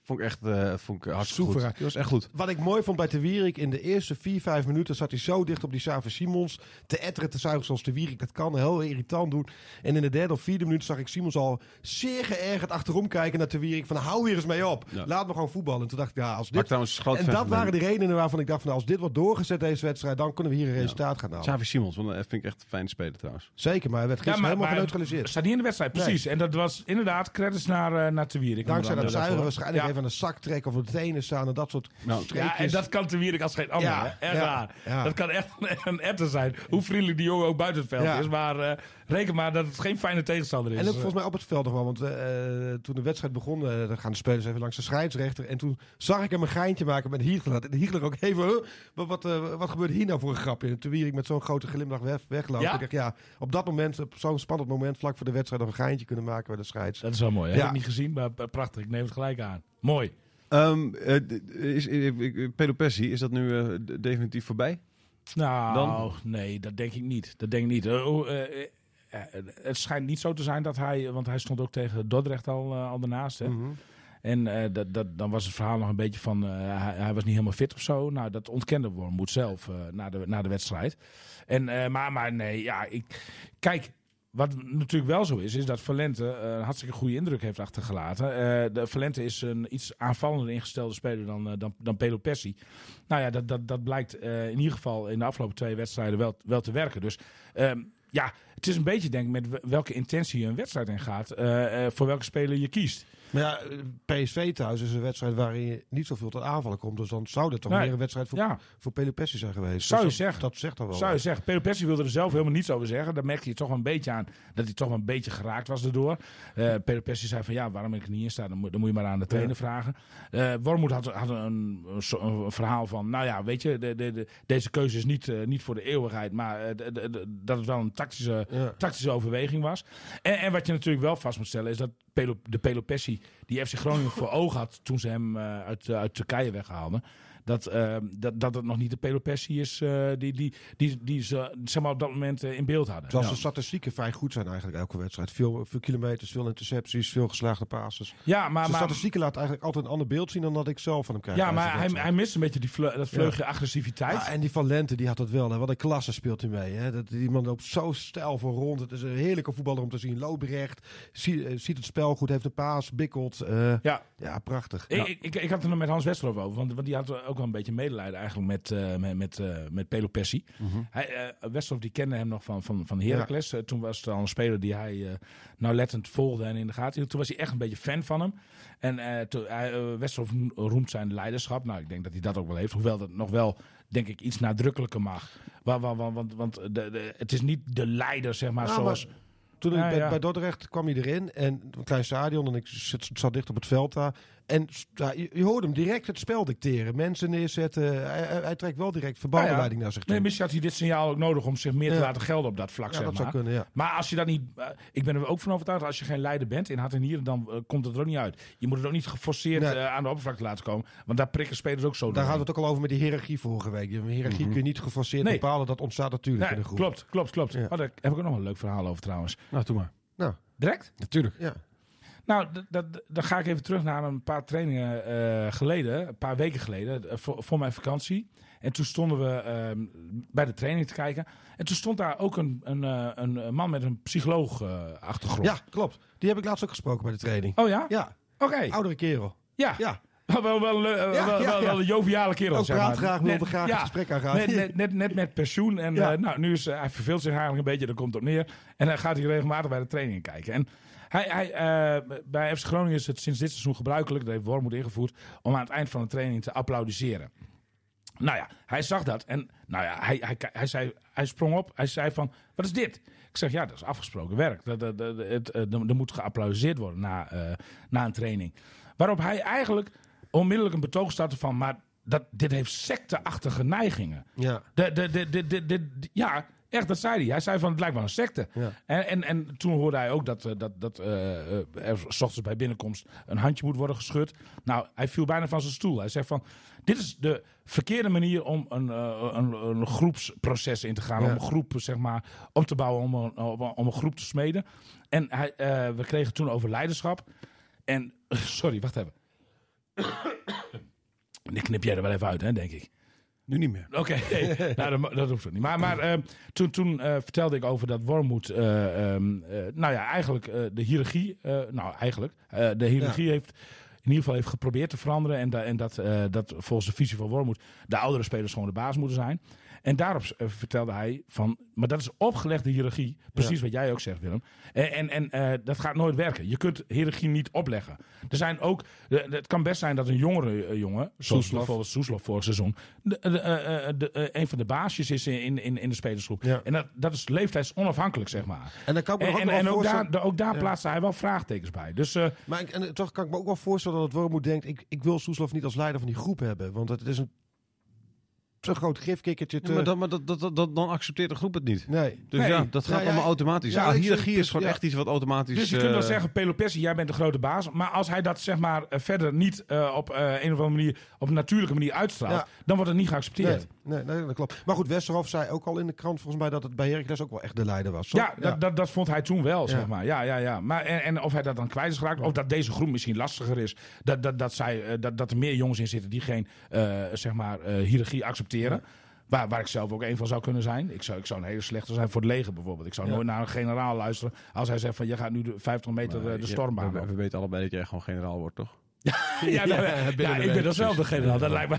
Vond ik echt uh, vond ik hartstikke goed. Dat was echt goed. Wat ik mooi vond bij de Wierik, in de eerste vier, vijf minuten zat hij zo dicht op die Xaver Simons te etteren, te zuigen zoals de Wierik dat kan. Heel irritant doen. En in de derde of vierde minuut zag ik Simons al zeer geërgerd achterom kijken naar de Wierik. Van hou hier eens mee op. Ja. Laat me gewoon voetballen. En toen dacht ik, ja, als dit... En dat waren de redenen waarvan ik dacht, van, als dit wordt doorgezet deze wedstrijd, dan kunnen we hier een resultaat ja. gaan halen. Xaver Simons, want dat vind ik echt een fijne speler trouwens. Zeker, maar hij werd gisteren ja, maar, helemaal geneutraliseerd. Staat niet in de wedstrijd, precies. Nee. En dat was inderdaad credits naar, uh, naar de Wierik. Dankzij dat zuigen waarschijnlijk ja. even aan de zak trekken of op de tenen staan en dat soort nou, ja, en dat kan de Wierik als geen ander. Ja, echt ja, raar. Ja. Dat kan echt een etter zijn. Hoe vriendelijk die jongen ook buiten het veld ja. is. Maar uh, reken maar dat het geen fijne tegenstander is. En ook volgens mij op het veld nog wel. Want uh, toen de wedstrijd begon, uh, dan gaan de spelers even langs de scheidsrechter. En toen zag ik hem een geintje maken met Hiegler. En Hiegler ook even, huh, wat, wat, uh, wat gebeurt hier nou voor een grapje? En toen Wierik met zo'n grote glimlach weg, wegloopt. Ja. Ik dacht, ja, op dat moment, op zo'n spannend moment, vlak voor de wedstrijd, nog een geintje kunnen maken bij de scheids. Dat is wel mooi. Ja. Heb ik niet gezien, maar prachtig. Ik neem het gelijk aan. Mooi. Um, uh, is, uh, Pelopessi, is dat nu uh, definitief voorbij? Nou, Dan? nee, dat denk ik niet. Dat denk ik niet. Uh, uh, uh, uh, het schijnt niet zo te zijn dat hij, want hij stond ook tegen Dordrecht al, uh, al daarnaast. Hè? Mm-hmm. En uh, dat, dat, dan was het verhaal nog een beetje van, uh, hij, hij was niet helemaal fit of zo. Nou, dat ontkende Wormoed zelf uh, na, de, na de wedstrijd. En, uh, maar, maar nee, ja, ik, kijk... Wat natuurlijk wel zo is, is dat Valente uh, een hartstikke goede indruk heeft achtergelaten. Uh, de Valente is een iets aanvallender ingestelde speler dan, uh, dan, dan Pelopessi. Nou ja, dat, dat, dat blijkt uh, in ieder geval in de afgelopen twee wedstrijden wel, wel te werken. Dus um, ja, het is een beetje denk ik met welke intentie je een wedstrijd in gaat. Uh, uh, voor welke speler je kiest. Maar ja, P S V thuis is een wedstrijd waarin je niet zoveel tot aanvallen komt. Dus dan zou dat toch nee. meer een wedstrijd voor, ja. voor Pelopessi zijn geweest. Zou je dus zeggen. Dat, dat zegt dan wel. Zou je zeggen. Pelopessi wilde er zelf helemaal niets over zeggen. Daar merkte je toch wel een beetje aan dat hij toch wel een beetje geraakt was daardoor. Uh, Pelopessi zei van ja, waarom ik er niet in sta, dan moet, dan moet je maar aan de trainer ja. vragen. Uh, Wormoed had, had een, een, een verhaal van, nou ja, weet je, de, de, de, deze keuze is niet, uh, niet voor de eeuwigheid, maar uh, de, de, de, dat het wel een tactische, ja. tactische overweging was. En, en wat je natuurlijk wel vast moet stellen is dat Pelo, de Pelopessi die F C Groningen voor ogen had toen ze hem uh, uit, uh, uit Turkije weghaalden. Dat, uh, dat, dat het nog niet de Pelopessi is uh, die, die, die, die ze zeg maar, op dat moment uh, in beeld hadden. Terwijl ja. de statistieken vrij goed zijn eigenlijk elke wedstrijd. Veel, veel kilometers, veel intercepties, veel geslaagde passes. Ja, maar, de maar, statistieken laten eigenlijk altijd een ander beeld zien dan dat ik zelf van hem krijg. Ja, maar hij, hij mist een beetje die vle- dat vleugje ja. agressiviteit. Ja, en die Van Lente, die had dat wel. Hè. Wat een klasse speelt hij mee. Hè. Dat, die man loopt zo stijl voor rond. Het is een heerlijke voetballer om te zien. Loopt recht, zie, uh, ziet het spel goed, heeft een paas, bikkelt. Uh, ja. ja, prachtig. Ik, ja. ik, ik, ik had het er met Hans Westerhof over, want, want die had ook wel een beetje medelijden eigenlijk met, uh, met, met, uh, met Pelopessi. Mm-hmm. Hij, uh, Westerhof die kende hem nog van, van, van Heracles. Ja. Uh, toen was het al een speler die hij uh, nauwlettend volgde en in de gaten hield. Toen was hij echt een beetje fan van hem. En uh, to, uh, Westerhof roemt zijn leiderschap. Nou, ik denk dat hij dat ook wel heeft. Hoewel dat nog wel, denk ik, iets nadrukkelijker mag. Want, want, want, want de, de, het is niet de leider, zeg maar, nou, zoals... Maar... Toen ja, bij, ja. bij Dordrecht kwam hij erin en een klein stadion en ik zat, zat dicht op het veld daar. En ja, je, je hoorde hem direct het spel dicteren. Mensen neerzetten. Hij, hij, hij trekt wel direct verbouwleiding ja, ja. naar zich toe. Nee, misschien had hij dit signaal ook nodig om zich meer ja. te laten gelden op dat vlak. Ja, zeg dat maar. zou kunnen, ja. Maar als je dat niet... Uh, ik ben er ook van overtuigd, als je geen leider bent in hart en nieren, dan uh, komt het er ook niet uit. Je moet het ook niet geforceerd nee. uh, aan de oppervlakte laten komen. Want daar prikken spelers ook zo door. Daar hadden we het ook al over met die hiërarchie vorige week. De hiërarchie mm-hmm. kun je niet geforceerd nee. bepalen. Dat ontstaat natuurlijk nee, in de groep. Klopt, klopt, klopt. Ja. Oh, daar heb ik ook nog een leuk verhaal over trouwens. Nou, doe maar. Nou, direct? Natuurlijk. Ja. Nou, d- d- dan ga ik even terug naar een paar trainingen uh, geleden, een paar weken geleden, uh, voor, voor mijn vakantie. En toen stonden we uh, bij de training te kijken. En toen stond daar ook een, een, uh, een man met een psycholoog-achtergrond. Uh, ja, klopt. Die heb ik laatst ook gesproken bij de training. Oh ja? Ja. Oké. Okay. Oudere kerel. Ja. Ja. Wel, wel, uh, ja, wel, ja, wel, wel een joviale kerel. Ook zeg praat maar. graag, wilde graag ja, het gesprek aangaan. Net, net, net, net met pensioen. En ja. uh, nou, nu is uh, hij verveelt zich eigenlijk een beetje, daar komt het op neer. En dan gaat hij regelmatig bij de trainingen kijken. En hij, hij, uh, bij F C Groningen is het sinds dit seizoen gebruikelijk, dat heeft Wormoed ingevoerd, om aan het eind van de training te applaudisseren. Nou ja, hij zag dat en nou ja, hij, hij, hij, zei, hij sprong op. Hij zei van, wat is dit? Ik zeg, ja, dat is afgesproken werk. Dat, dat, dat, het, er moet geapplaudiseerd worden na, uh, na een training. Waarop hij eigenlijk onmiddellijk een betoog startte van, maar dat, dit heeft secteachtige neigingen. Ja. De, de, de, de, de, de, de, ja, echt, dat zei hij. Hij zei van, het lijkt wel een secte. Ja. En, en, en toen hoorde hij ook dat, dat, dat uh, er 's ochtends bij binnenkomst een handje moet worden geschud. Nou, hij viel bijna van zijn stoel. Hij zegt van, dit is de verkeerde manier om een, uh, een, een groepsproces in te gaan. Ja. Om een groep, zeg maar, om te bouwen, om een, om een groep te smeden. En hij, uh, we kregen toen over leiderschap. En, sorry, wacht even. Die knip jij er wel even uit, hè, denk ik. Nu niet meer. Oké, okay, nee, nou, dat, dat hoeft het niet. Maar, maar uh, toen, toen uh, vertelde ik over dat Wormoed, uh, um, uh, nou ja, eigenlijk uh, de hiërarchie, uh, nou eigenlijk, uh, de hiërarchie ja. heeft in ieder geval heeft geprobeerd te veranderen. En, da, en dat, uh, dat volgens de visie van Wormoed de oudere spelers gewoon de baas moeten zijn. En daarop uh, vertelde hij van, maar dat is opgelegde hiërarchie. Precies ja. wat jij ook zegt, Willem. En, en, en uh, dat gaat nooit werken. Je kunt hiërarchie niet opleggen. Er zijn ook, de, de, het kan best zijn dat een jongere uh, jongen, zoals bijvoorbeeld Soeslof vorig seizoen, de, de, uh, de, uh, een van de baasjes is in, in, in de spelersgroep. Ja. En dat, dat is leeftijdsonafhankelijk, zeg maar. En, dan kan ik me en, ook, en, wel en ook daar, daar, ook daar ja. plaatste hij wel vraagtekens bij. Dus, uh, maar ik, en toch kan ik me ook wel voorstellen dat het Wormoed denkt, ik, ik wil Soeslof niet als leider van die groep hebben. Want het is een zo'n groot gifkikkertje. Te... Ja, maar dan, maar dat, dat, dat, dat, dan accepteert de groep het niet. Nee. Dus nee. ja, dat gaat ja, allemaal ja, automatisch. Ja, ja, hiërarchie is gewoon ja. echt iets wat automatisch... Dus je kunt wel uh... zeggen, Pelopessi, jij bent de grote baas. Maar als hij dat zeg maar uh, verder niet uh, op uh, een of andere manier, op een natuurlijke manier uitstraalt, ja. dan wordt het niet geaccepteerd. Nee, nee, nee, dat klopt. Maar goed, Westerhof zei ook al in de krant volgens mij dat het bij Heracles ook wel echt de leider was. Ja, ja. Dat, dat, dat vond hij toen wel, zeg ja. maar. Ja, ja, ja. Maar en, en of hij dat dan kwijt is geraakt, of dat deze groep misschien lastiger is, dat, dat, dat, zij, uh, dat, dat er meer jongens in zitten die geen uh, zeg maar, uh, hiërarchie accepteren. Ja. Waar, waar ik zelf ook een van zou kunnen zijn. Ik zou, ik zou een hele slechte zijn voor het leger bijvoorbeeld. Ik zou ja. nooit naar een generaal luisteren als hij zegt van je gaat nu de vijftig meter maar, de stormbaan ja, we, we weten allebei dat jij gewoon generaal wordt, toch? ja, ja, ja, ja, ja ik ben dan zelf de generaal. Dat lijkt me...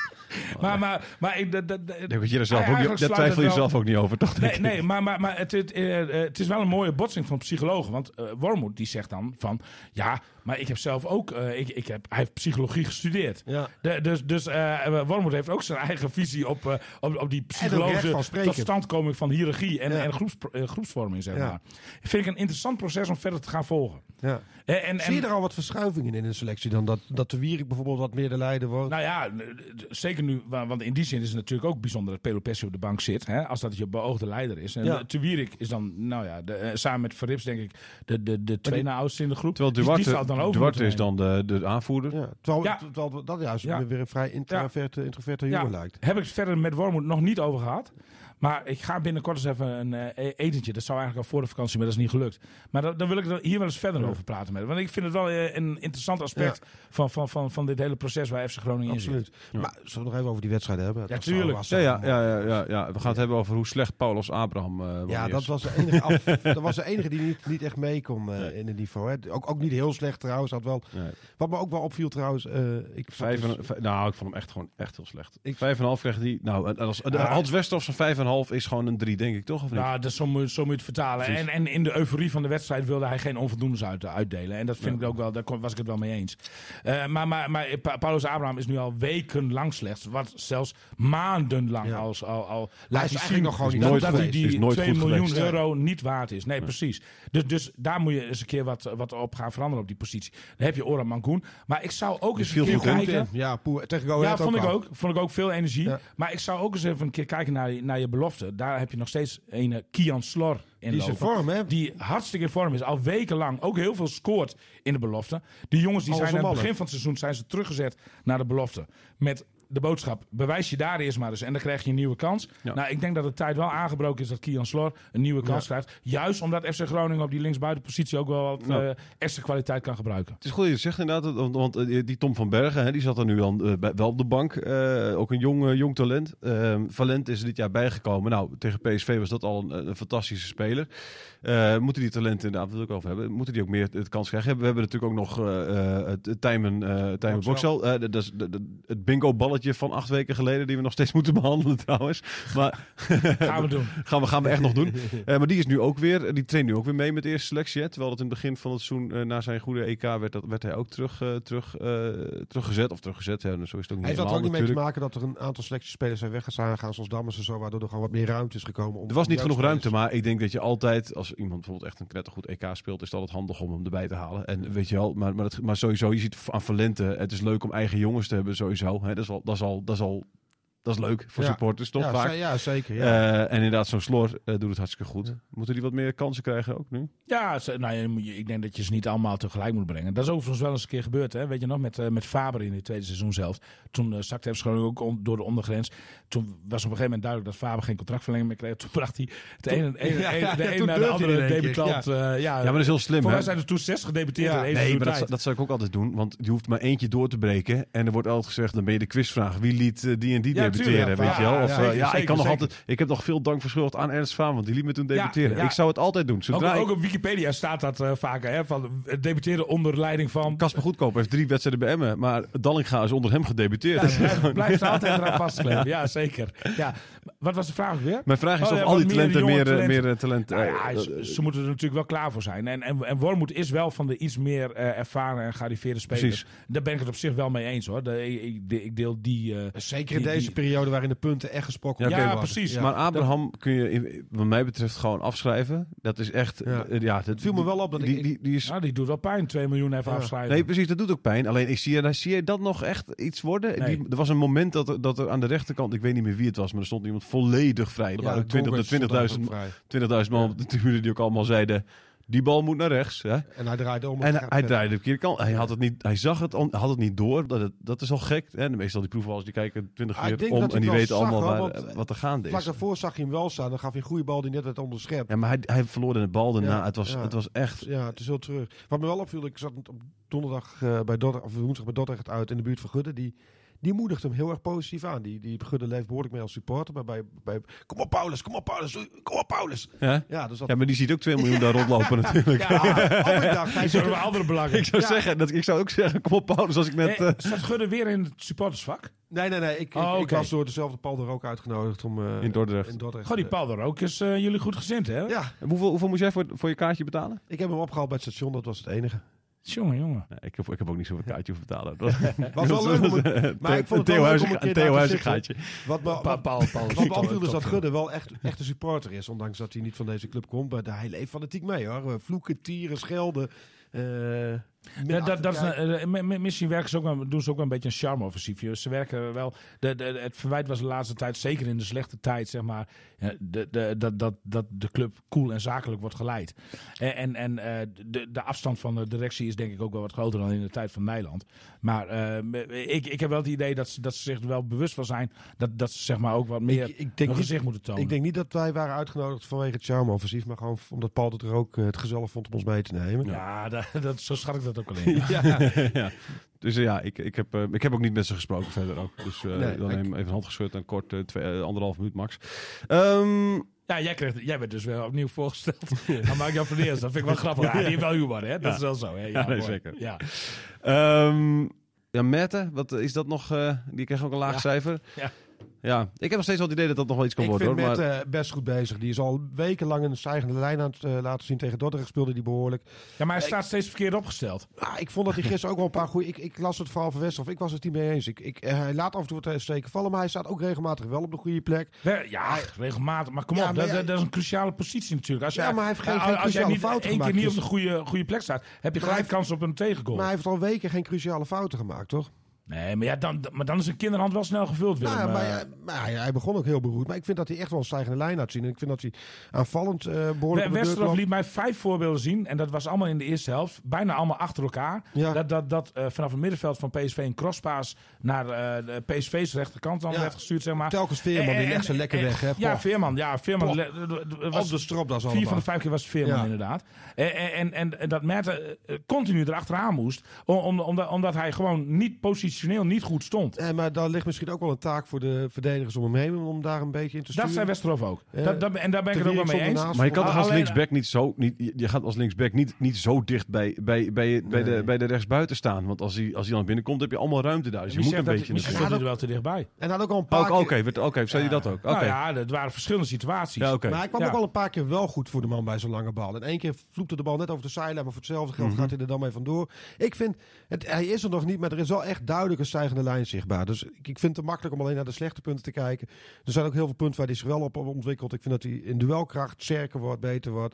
Maar, maar, maar ik, dat, dat, dat, je er zelf ook niet, dat twijfel je wel... zelf ook niet over, toch? Nee, nee maar, maar, maar het, het, uh, het is wel een mooie botsing van psychologen. Want uh, Wormoed die zegt dan van... Ja, maar ik heb zelf ook... Uh, ik, ik heb, hij heeft psychologie gestudeerd. Ja. De, dus dus uh, Wormoed heeft ook zijn eigen visie op, uh, op, op die psychologische totstandkoming van hiërarchie en, ja. en groeps, uh, groepsvorming, zeg ja. maar. Vind ik een interessant proces om verder te gaan volgen. Ja. En, en, Zie je er al wat verschuivingen in de selectie dan? Dat, dat de Wierik bijvoorbeeld wat meer de leider wordt? Nou ja, zeker nu... Want in die zin is het natuurlijk ook bijzonder dat Pelopessi op de bank zit. Hè, als dat je beoogde leider is. En ja. de Wierik is dan, nou ja, de, samen met Verrips denk ik de, de, de tweede die, oudste in de groep. Terwijl Duarte, dus die dan over Duarte is dan de, de aanvoerder. Ja, terwijl, ja. terwijl dat juist ja. weer een vrij introverte, ja. introverte jongen ja. lijkt. Heb ik het verder met Wormoed nog niet over gehad. Maar ik ga binnenkort eens even een uh, etentje. Dat zou eigenlijk al voor de vakantie, maar dat is niet gelukt. Maar dan, dan wil ik er hier wel eens verder ja. over praten met. Want ik vind het wel uh, een interessant aspect ja. van, van, van, van dit hele proces waar F C Groningen Absoluut. in zit. Ja. Maar zullen we nog even over die wedstrijden hebben? Ja, tuurlijk. Ja, ja, ja, ja, ja, ja. We gaan het hebben over hoe slecht Paulus Abraham uh, Ja, dat was, de enige af, dat was de enige die niet, niet echt mee kon uh, nee. in het niveau. Hè. Ook, ook niet heel slecht trouwens. Had wel, nee. Wat me ook wel opviel trouwens. Uh, ik vijf dus, en, v- nou, ik vond hem echt gewoon echt heel slecht. Ik, vijf en een half kreeg die. Nou, als, ja. Hans Westerhof zijn vijf en een half is gewoon een drie, denk ik toch? Of niet? Nou, dat zo moet, zo moet je het vertalen. En, en in de euforie van de wedstrijd wilde hij geen onvoldoendes uit, uitdelen. En dat vind ja. ik ook wel, daar was ik het wel mee eens. Uh, maar, maar, maar Paulus Abraham is nu al wekenlang slecht. Wat zelfs maandenlang ja. als, al, al laat hij zien nog gewoon dat, dat hij die twee miljoen euro niet waard is. Nee, nee. precies. Dus, dus daar moet je eens een keer wat, wat op gaan veranderen op die positie. Dan heb je Orhan Mangoen. Maar ik zou ook eens een keer kijken. Ja, Poer, tegen Go ja vond ook ik ook. Vond ik ook veel energie. Ja. Maar ik zou ook eens even een keer kijken naar, naar je belofte. Daar heb je nog steeds een Kian Slor in die is in vorm, hè? Die hartstikke in vorm is. Al wekenlang ook heel veel scoort in de belofte. Die jongens die Alles zijn aan het begin van het seizoen zijn ze teruggezet naar de belofte. Met de boodschap, bewijs je daar eerst maar eens en dan krijg je een nieuwe kans. Ja. Nou, ik denk dat de tijd wel aangebroken is dat Kian Slor een nieuwe kans ja. krijgt. Juist omdat F C Groningen op die linksbuitenpositie ook wel wat ja. uh, extra kwaliteit kan gebruiken. Het is goed dat je zegt inderdaad, want, want uh, die Tom van Bergen, hè, die zat er nu dan uh, bij, wel op de bank. Uh, ook een jong, uh, jong talent. Uh, Valent is er dit jaar bijgekomen. Nou, tegen P S V was dat al een, een fantastische speler. Uh, moeten die talenten inderdaad, wat we het ook over hebben, moeten die ook meer de kans krijgen. We hebben natuurlijk ook nog uh, het Tijmen uh, Boxel. Uh, dat is de, de, het bingo balletje van acht weken geleden, die we nog steeds moeten behandelen trouwens. Maar gaan we doen. gaan, we, gaan we echt nog doen. Uh, maar die is nu ook weer, die traint nu ook weer mee met de eerste selectie. Hè, terwijl het in het begin van het seizoen, uh, na zijn goede E K, werd, dat, werd hij ook terug, uh, terug, uh, teruggezet. Of teruggezet, hè, dus zo is het ook niet. Heeft dat ook niet mee te maken dat er een aantal selectiespelers zijn weggegaan, zoals Dammers en zo, waardoor er gewoon wat meer ruimte is gekomen? Om er was niet genoeg ruimte, maar ik denk dat je altijd, als iemand bijvoorbeeld echt een knettergoed E K speelt, is het altijd handig om hem erbij te halen. En weet je wel, maar, maar, het, maar sowieso, je ziet aan Valente, het is leuk om eigen jongens te hebben sowieso. Hè, dat is al, dat is al, dat is al dat is leuk voor ja. supporters, toch ja, vaak? Z- ja, zeker. Ja. Uh, en inderdaad, zo'n Slor uh, doet het hartstikke goed. Ja. Moeten die wat meer kansen krijgen ook nu? Ja, nou, ik denk dat je ze niet allemaal tegelijk moet brengen. Dat is overigens wel eens een keer gebeurd. Hè? Weet je nog, met, uh, met Faber in het tweede seizoen zelf. Toen uh, zakte F C Groningen ook on, door de ondergrens. Toen was op een gegeven moment duidelijk dat Faber geen contractverlenging meer kreeg. Toen bracht hij het ene, ene, ene, ja, ja, de ene naar de andere debutant. Ja. Uh, ja, ja, maar dat is heel slim. Voor hè? mij zijn er toen zes gedebuteerd. Ja. In nee, maar dat, dat zou ik ook altijd doen. Want je hoeft maar eentje door te breken. En er wordt altijd gezegd, dan ben je de quizvraag. Wie liet uh, die en die ja, debuteren, ja, weet ja, je wel? Of, ja, zeker, uh, ja zeker, ik, kan nog altijd, ik heb nog veel dank verschuldigd aan Ernst Vaan. Want die liet me toen debuteren. Ja, ja. Ik zou het altijd doen. Zodra ook, ik... ook op Wikipedia staat dat uh, vaker. Hè, van debuteren onder leiding van... Kasper Goedkoop heeft drie wedstrijden bij Emmen. Maar Dallinga is onder hem gedebuteerd. Ja, blijft, blijft altijd eraan vastkleven. Ja, zeker. Ja. Wat was de vraag weer? Mijn vraag is oh, of ja, al die meer talenten meer, talent. meer talent... Nou ja, ze, ze moeten er natuurlijk wel klaar voor zijn. En, en, en Wormoed is wel van de iets meer uh, ervaren en gearriveerde spelers. Precies. Daar ben ik het op zich wel mee eens, hoor. De, ik, ik, ik deel die... Uh, Zeker in die, deze die... periode waarin de punten echt gesproken worden. Ja, ja, precies. Ja. Maar Abraham dat... kun je, wat mij betreft, gewoon afschrijven. Dat is echt... Ja. Uh, ja, dat viel me wel op. Dat die, ik... die, die, is... ja, die doet wel pijn. twee miljoen even ja. afschrijven. Nee, precies. Dat doet ook pijn. Alleen, ik zie, je, zie je dat nog echt iets worden? Nee. Die, er was een moment dat er, dat er aan de rechterkant... Ik weet niet meer wie het was, maar er stond iemand volledig vrij. Er ja, waren ook twintigduizend man op de tribune die ook allemaal zeiden... Die bal moet naar rechts. Hè? En hij draaide om. En hij, hij draaide de verkeerde kant. Hij, had het niet, hij zag het, had het niet door. Dat, het, dat is al gek. Hè? Meestal die proefballers die kijken twintig keer om en die weten allemaal zag, waar, want, wat er gaande is. Vlak daarvoor zag je hem wel staan. Dan gaf hij een goede bal die net werd onderschept. Ja, maar hij, hij verloor de bal daarna. Ja, het, was, ja. het was echt... Ja, het is heel terug. Wat me wel opviel, ik zat op donderdag uh, bij Dordrecht, of woensdag bij Dordrecht uit in de buurt van Gudde. Die... Die moedigt hem heel erg positief aan. Die, die Gudde leeft behoorlijk mee als supporter. Maar bij, bij, kom op Paulus, kom op Paulus, kom op Paulus. Ja, ja, dus dat... ja maar die ziet ook twee miljoen daar rondlopen natuurlijk. Ja, oh, ik dacht, hij zit er andere belangen. Ik zou, ja. zeggen, dat, ik zou ook zeggen, kom op Paulus als ik net... Hey, uh... Staat Gudde weer in het supportersvak? Nee, nee, nee. Ik, oh, ik, okay. ik was door dezelfde Paul de Rook uitgenodigd om... Uh, in Dordrecht. In Dordrecht. Goh, die Paul de Rook is uh, jullie goed gezind, hè? Ja. Hoeveel, hoeveel moest jij voor, voor je kaartje betalen? Ik heb hem opgehaald bij het station, dat was het enige. Jongen, jongen. Ja, ik, heb, ik heb ook niet zoveel kaartje hoeven betalen. Dat was wel leuk om het, maar ik vond het wel leuk om een keer Theo daar te gaatje. Wat me, wat, Paul, Paul, Paul, wat me opviel is dat Gudde wel echt, echt een supporter is. Ondanks dat hij niet van deze club komt. Maar hij leeft fanatiek mee, hoor. Vloeken, tieren, schelden. Uh, Ja, dat, dat is een, uh, misschien werken ze ook wel, doen ze ook wel een beetje een charme-offensief. Ze werken wel. De, de, het verwijt was de laatste tijd, zeker in de slechte tijd, zeg maar, de, de, dat, dat, dat de club cool en zakelijk wordt geleid. En, en, en uh, de, de afstand van de directie is denk ik ook wel wat groter dan in de tijd van Nijland. Maar uh, ik, ik heb wel het idee dat ze, dat ze zich er wel bewust van zijn dat, dat ze zeg maar ook wat meer ik, ik denk hun gezicht niet, moeten tonen. Ik denk niet dat wij waren uitgenodigd vanwege het charme-offensief, maar gewoon omdat Paul het er ook uh, het gezellig vond om ons mee te nemen. Ja, dat, dat, zo schat ik dat ook al in. Ja. ja. Dus uh, ja, ik, ik, heb, uh, ik heb ook niet met ze gesproken verder ook. Dus uh, nee, dan ik... even een hand geschud en kort uh, twee, uh, anderhalf minuut max. Um, ja, jij, kreeg, jij werd dus wel opnieuw voorgesteld. Dan maak ik jou voor de eerste. Dat vind ik wel grappig. Ja, die heeft wel humor, hè? Dat ja. is wel zo. Hè? Ja, ja nee, mooi. zeker. Ja. Um, ja, Mette, wat is dat nog? Uh, die kreeg ook een laag ja. cijfer. Ja. Ja, ik heb nog steeds wel het idee dat dat nog wel iets kan ik worden. Ik vind hoor, Matt maar... uh, best goed bezig. Die is al wekenlang een stijgende lijn aan het uh, laten zien. Tegen Dordrecht speelde die behoorlijk. Ja, maar hij uh, staat ik... steeds verkeerd opgesteld. Ah, ik vond dat hij gisteren ook wel een paar goede... Ik, ik las het verhaal van Westerhof. Ik was het niet mee eens. Ik, ik, uh, hij laat af en toe wat steken vallen. Maar hij staat ook regelmatig wel op de goede plek. Ja, hij... regelmatig. Maar kom ja, op, maar dat, ja, dat is een cruciale positie natuurlijk. Als jij, ja, maar hij heeft geen, uh, geen als jij niet fouten één gemaakt. keer niet op de goede, goede plek staat, heb je gelijk heeft... kans op een tegengoal. Maar hij heeft al weken geen cruciale fouten gemaakt, toch? Nee, maar, ja, dan, maar dan is een kinderhand wel snel gevuld. Willem. Nou, maar, ja, maar ja, hij begon ook heel beroerd. Maar ik vind dat hij echt wel een stijgende lijn laat zien. En ik vind dat hij aanvallend uh, behoorlijk... We, Westerhof liet mij vijf voorbeelden zien. En dat was allemaal in de eerste helft. Bijna allemaal achter elkaar. Ja. Dat, dat, dat uh, vanaf het middenveld van P S V een crosspaas naar uh, de P S V's rechterkant dan ja. werd gestuurd. Zeg maar. Telkens Veerman, die legt ze lekker en, weg. Hè? Ja, Veerman. Ja, Veerman le, was op de stropdas allemaal. Vier van de vijf keer was Veerman ja. inderdaad. En, en, en, en dat Merten uh, continu erachteraan moest. Om, om, omdat, omdat hij gewoon niet positioneel niet goed stond. Eh, maar daar ligt misschien ook wel een taak voor de verdedigers om hem heen, om daar een beetje in te sturen. Dat zei Westerhof ook. Uh, dat, dat, en daar ben ik het ook wel mee eens. Maar je kan toch als linksback niet zo, niet, je gaat als linksback niet, niet zo dicht bij, bij, bij, nee. bij, de, bij de rechtsbuiten staan. Want als hij, als hij dan binnenkomt, heb je allemaal ruimte daar. Dus je moet een dat, beetje... Misschien stond hij er wel te dichtbij. En had ook al een paar Oké, okay, okay, okay, zei je dat ook? Okay. Nou ja, het waren verschillende situaties. Ja, okay. Maar hij kwam ja. ook al een paar keer wel goed voor de man bij zo'n lange bal. En één keer vloepte de bal net over de zijlijn, maar voor hetzelfde geld mm-hmm. gaat hij er dan mee vandoor. Ik vind, het, hij is er nog niet, maar er is wel echt duidelijk een stijgende lijn zichtbaar. Dus ik, ik vind het te makkelijk om alleen naar de slechte punten te kijken. Er zijn ook heel veel punten waar hij zich wel op ontwikkelt. Ik vind dat hij in duelkracht sterker wordt, beter wordt.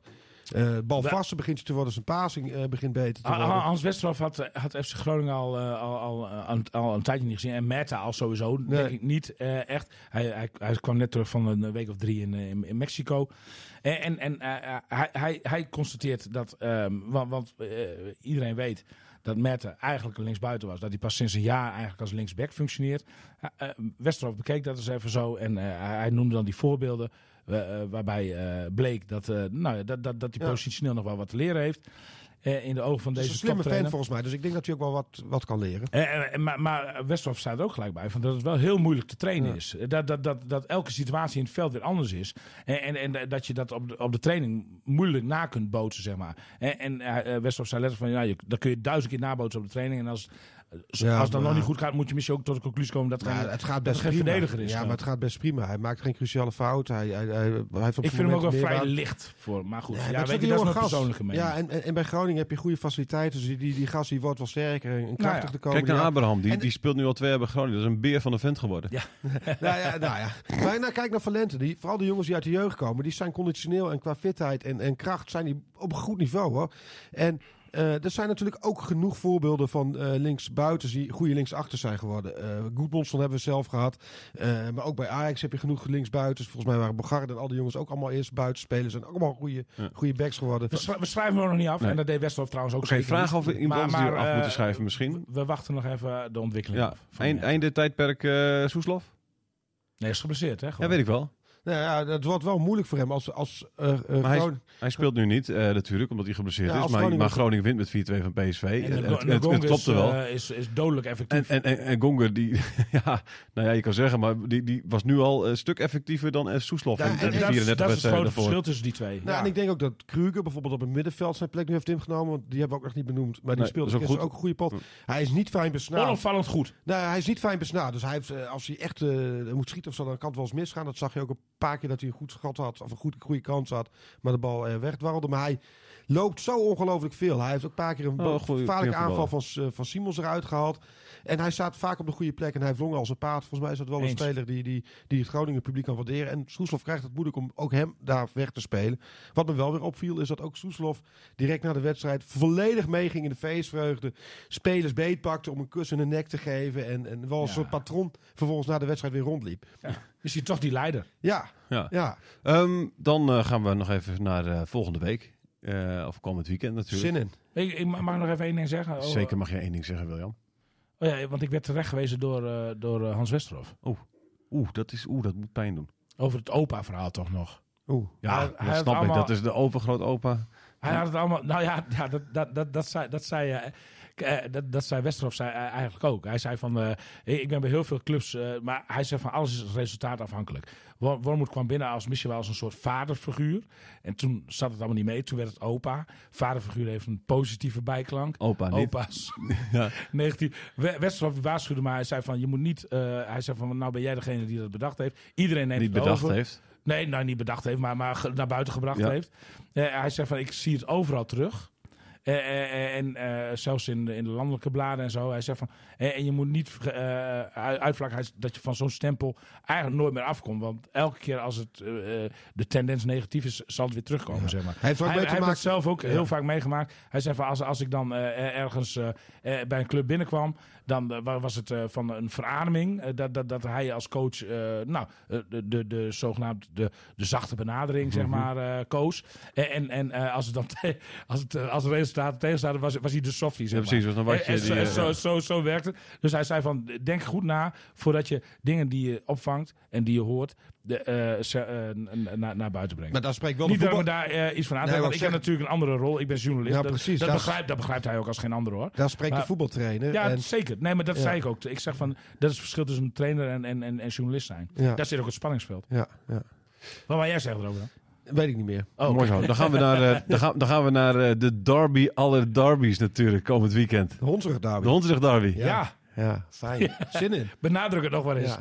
Uh, bal vaster begint te worden, zijn passing uh, begint beter te worden. Hans Westerhof had, had F C Groningen al, uh, al, al, al, al een tijdje niet gezien. En Merta al sowieso, nee. denk ik niet uh, echt. Hij, hij, hij kwam net terug van een week of drie in, in, in Mexico. En, en, en uh, hij, hij, hij constateert dat, um, want, want uh, iedereen weet dat Merta eigenlijk een linksbuiten was. Dat hij pas sinds een jaar eigenlijk als linksback functioneert. Uh, uh, Westerhof bekeek dat eens even zo en uh, hij noemde dan die voorbeelden. Uh, waarbij uh, bleek dat, uh, nou, dat, dat, dat hij ja. positioneel nog wel wat te leren heeft. Uh, in de ogen van deze toptrainer. Dat is een slimme fan volgens mij. Dus ik denk dat hij ook wel wat, wat kan leren. Uh, uh, maar maar Westerhof staat er ook gelijk bij. Van dat het wel heel moeilijk te trainen ja. is. Dat, dat, dat, dat elke situatie in het veld weer anders is. En, en, en dat je dat op de, op de training moeilijk na kunt bootsen, zeg maar. En, en uh, Westerhof zei letterlijk van, ja, je, dat kun je duizend keer nabootsen op de training. En als... Ja, als het dan nog niet goed gaat, moet je misschien ook tot de conclusie komen dat, ja, geen, het gaat best dat geen verdediger is. Ja, maar het gaat best prima. Hij maakt geen cruciale fout. Hij, hij, hij, hij heeft op ik vind hem ook wel vrij aan. licht voor. Maar goed, ja, ja, ja, weet je, dat is een persoonlijke mening. Ja, en, en, en bij Groningen heb je goede faciliteiten. Dus die, die, die gast die wordt wel sterker en krachtig nou ja. te komen. Kijk naar Abraham, die, en, die speelt nu al twee jaar bij Groningen. Dat is een beer van een vent geworden. Ja. nou ja, nou ja. Maar nou, kijk naar Valente. Die, vooral de jongens die uit de jeugd komen, die zijn conditioneel en qua fitheid en, en kracht zijn die op een goed niveau, hoor. En Uh, er zijn natuurlijk ook genoeg voorbeelden van uh, linksbuitens die goede linksachter zijn geworden. Uh, Goedmondsson hebben we zelf gehad. Uh, maar ook bij Ajax heb je genoeg linksbuitens. Volgens mij waren Bogarde en al die jongens ook allemaal eerst buitenspelers. En allemaal goede, ja. goede backs geworden. We, schrijven, we schrijven hem nog niet af. Nee. En dat deed Westerhof trouwens ook. Oké, okay, vraag of we iemand maar, die maar, af uh, moeten schrijven misschien. We, we wachten nog even de ontwikkeling ja. af. Eind, einde tijdperk uh, Soeslof? Nee, hij is geblesseerd, hè? Gewoon. Ja, weet ik wel. Nou ja, het wordt wel moeilijk voor hem als... als uh, uh, maar hij, hij speelt nu niet, uh, natuurlijk, omdat hij geblesseerd ja, is. Maar Groningen, maar Groningen wint met vier twee van P S V. En, en, de, het, de het, het klopt er wel. Uh, is, is dodelijk effectief. En, en, en, en Gonger, die... ja, nou ja, je kan zeggen, maar die, die was nu al een stuk effectiever dan uh, Soeslof. Ja, en, en, en dat, vierendertig dat is het grote daarvoor. verschil tussen die twee. Nou, ja. En ik denk ook dat Kruger bijvoorbeeld op het middenveld zijn plek nu heeft ingenomen. Want die hebben we ook nog niet benoemd. Maar die nee, speelt ook, ook een goede pot. Hij is niet fijn besnaard. Onopvallend goed. Nou, hij is niet fijn besnaard. Dus hij heeft, uh, als hij echt uh, moet schieten of zo, dan kan het wel eens misgaan. Dat zag je ook een paar keer dat hij een goed gat had. Of een goed, goede kans had. Maar de bal uh, wegdwarrelde. Maar hij loopt zo ongelooflijk veel. Hij heeft ook een paar keer een oh, gevaarlijke aanval van, uh, van Simons eruit gehaald. En hij staat vaak op de goede plek. En hij vlong als een paard. Volgens mij is dat wel Eens. een speler die, die, die het Groningen publiek kan waarderen. En Soeslof krijgt het moeilijk om ook hem daar weg te spelen. Wat me wel weer opviel is dat ook Soeslof direct na de wedstrijd volledig meeging in de feestvreugde. Spelers beetpakte om een kus in de nek te geven. En, en wel een ja. soort patron vervolgens na de wedstrijd weer rondliep. Ja. Is hij toch die leider? Ja. ja. ja. Um, dan uh, gaan we nog even naar uh, volgende week. Uh, of komend weekend natuurlijk. Zin in. Ik, ik mag nog even één ding zeggen. Oh, Zeker mag je één ding zeggen, William. Oh ja, want ik werd terecht gewezen door, uh, door uh, Hans Westerhof. Oeh, oeh, dat is, oeh, dat moet pijn doen. Over het opa-verhaal toch nog. Oeh, ja, hij, dat hij snap ik. Allemaal, dat is de overgrootopa. Hij had het allemaal... Nou ja, ja dat, dat, dat, dat zei... Dat zei uh, Uh, dat, dat zei Westerhof zei, uh, eigenlijk ook. Hij zei van, uh, ik ben bij heel veel clubs, uh, maar hij zei van alles is resultaatafhankelijk. Wor- Wormoed kwam binnen als misschien wel als een soort vaderfiguur. En toen zat het allemaal niet mee. Toen werd het opa. Vaderfiguur heeft een positieve bijklank. Opa niet. Opa's ja. negatief. Westerhof waarschuwde, maar hij zei van, je moet niet... Uh, hij zei van, nou ben jij degene die dat bedacht heeft. Iedereen neemt niet het bedacht over. heeft. Nee, nou niet bedacht heeft, maar, maar naar buiten gebracht ja. heeft. Uh, hij zei van, ik zie het overal terug. Uh, uh, en uh, zelfs in de, in de landelijke bladen en zo. Hij zegt van, uh, en je moet niet uh, uitvlakken dat je van zo'n stempel eigenlijk nooit meer afkomt. Want elke keer als het, uh, de tendens negatief is, zal het weer terugkomen. Ja. Zeg maar. Hij heeft, hij, hij heeft het zelf ook ja. heel vaak meegemaakt. Hij zei van, als, als ik dan uh, ergens uh, uh, bij een club binnenkwam, dan uh, was het uh, van een verademing. Uh, dat, dat, dat hij als coach, uh, nou, uh, de, de, de zogenaamde de, de zachte benadering, mm-hmm. zeg maar, uh, koos. Uh, en en uh, als het dan te, als het, uh, als het resultaat tegenstaat, was, was hij de softie, zeg maar. Ja, precies, was dan wat je en, en, die, zo, uh, zo, zo, zo werkt het. Dus hij zei van, denk goed na voordat je dingen die je opvangt en die je hoort, de, uh, se, uh, naar, naar buiten brengt. Maar daar spreekt wel Niet de dat voetbal... ik me daar uh, iets van aan nee, heb, want ik zeg... heb natuurlijk een andere rol. Ik ben journalist. Ja, dat, precies, dat, dat, begrijpt, dat begrijpt hij ook als geen ander, hoor. Daar spreekt maar, de voetbaltrainer. Ja, en... zeker. Nee, maar dat ja. zei ik ook. Ik zeg van, dat is het verschil tussen een trainer en, en, en, en journalist zijn. Ja. Daar zit ook het spanningsveld. Ja, ja. Wat wou jij zeggen erover dan? Weet ik niet meer. Oh, mooi zo. Dan gaan we naar, uh, dan gaan, dan gaan we naar uh, de derby aller derbies natuurlijk, komend weekend. De Hondsrug derby. De Hondsrug derby. Ja. Ja, ja fijn. Ja. Zin in. Benadruk het nog wel eens.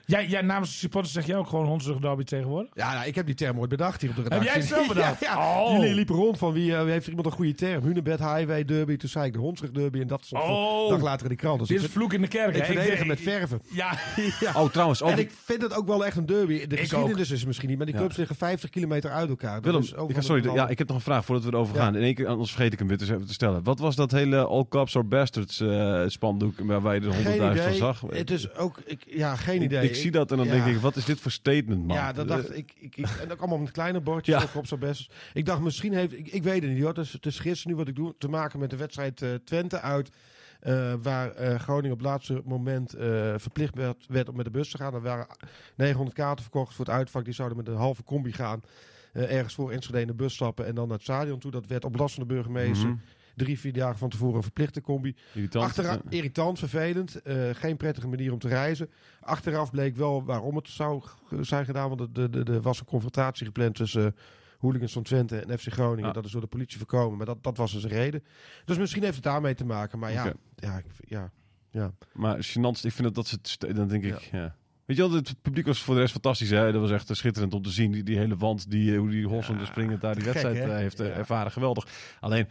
Jij, jij namens de supporters zeg jij ook gewoon hondsrug derby tegenwoordig? Ja, nou, ik heb die term ooit bedacht hier op de redactie. Heb jij het zelf bedacht? ja, ja. Oh. Jullie liepen rond van wie, uh, wie heeft er iemand een goede term? Hunebed Highway Derby, toen zei ik de hondsrug derby en dat stond oh. een dag later in de krant. Dus dit is vloek in de kerk. Ik verdedig hem ik, met verven. Ja. ja. Oh, trouwens. Over... En ik vind het ook wel echt een derby. De ik geschiedenis ook. is er misschien niet, maar die clubs ja. liggen vijftig kilometer uit elkaar. Willem, dus ik, sorry, de, ja, ik heb nog een vraag voordat we erover ja. gaan. In één keer, anders vergeet ik hem weer te, te stellen. Wat was dat hele All Cops or Bastards uh, spandoek waar je de honderdduizend van zag? Het is ook, ik, ja, geen idee. Ik, ik zie dat en dan ja. denk ik, wat is dit voor statement, man? Ja, dat dacht ik. ik, ik en ook allemaal met kleine bordjes. Ja. Op zo best. Ik dacht, misschien heeft, ik, ik weet het niet hoor. Het is, het is gisteren nu wat ik doe, te maken met de wedstrijd uh, Twente uit. Uh, waar uh, Groningen op het laatste moment uh, verplicht werd, werd om met de bus te gaan. Er waren negenhonderd kaarten verkocht voor het uitvak. Die zouden met een halve combi gaan. Uh, ergens voor Enschede in de bus stappen en dan naar het stadion toe. Dat werd op last van de burgemeester. Mm-hmm. Drie, vier dagen van tevoren een verplichte combi. Irritant. Achteraf, irritant, vervelend. Uh, geen prettige manier om te reizen. Achteraf bleek wel waarom het zou zijn gedaan. Want er de, de, de was een confrontatie gepland tussen uh, hooligans van Twente en F C Groningen. Ja. Dat is door de politie voorkomen. Maar dat, dat was dus een reden. Dus misschien heeft het daarmee te maken. Maar ja, okay. ja, ja, ja. Maar gênant, ik vind dat dat ze... Dan denk ik, ja. ja. Weet je wel, het publiek was voor de rest fantastisch. Hè? Dat was echt uh, schitterend om te zien. Die, die hele wand, die, hoe die hossende ja, springend daar die wedstrijd gek, uh, heeft uh, ja. ervaren. Geweldig. Alleen...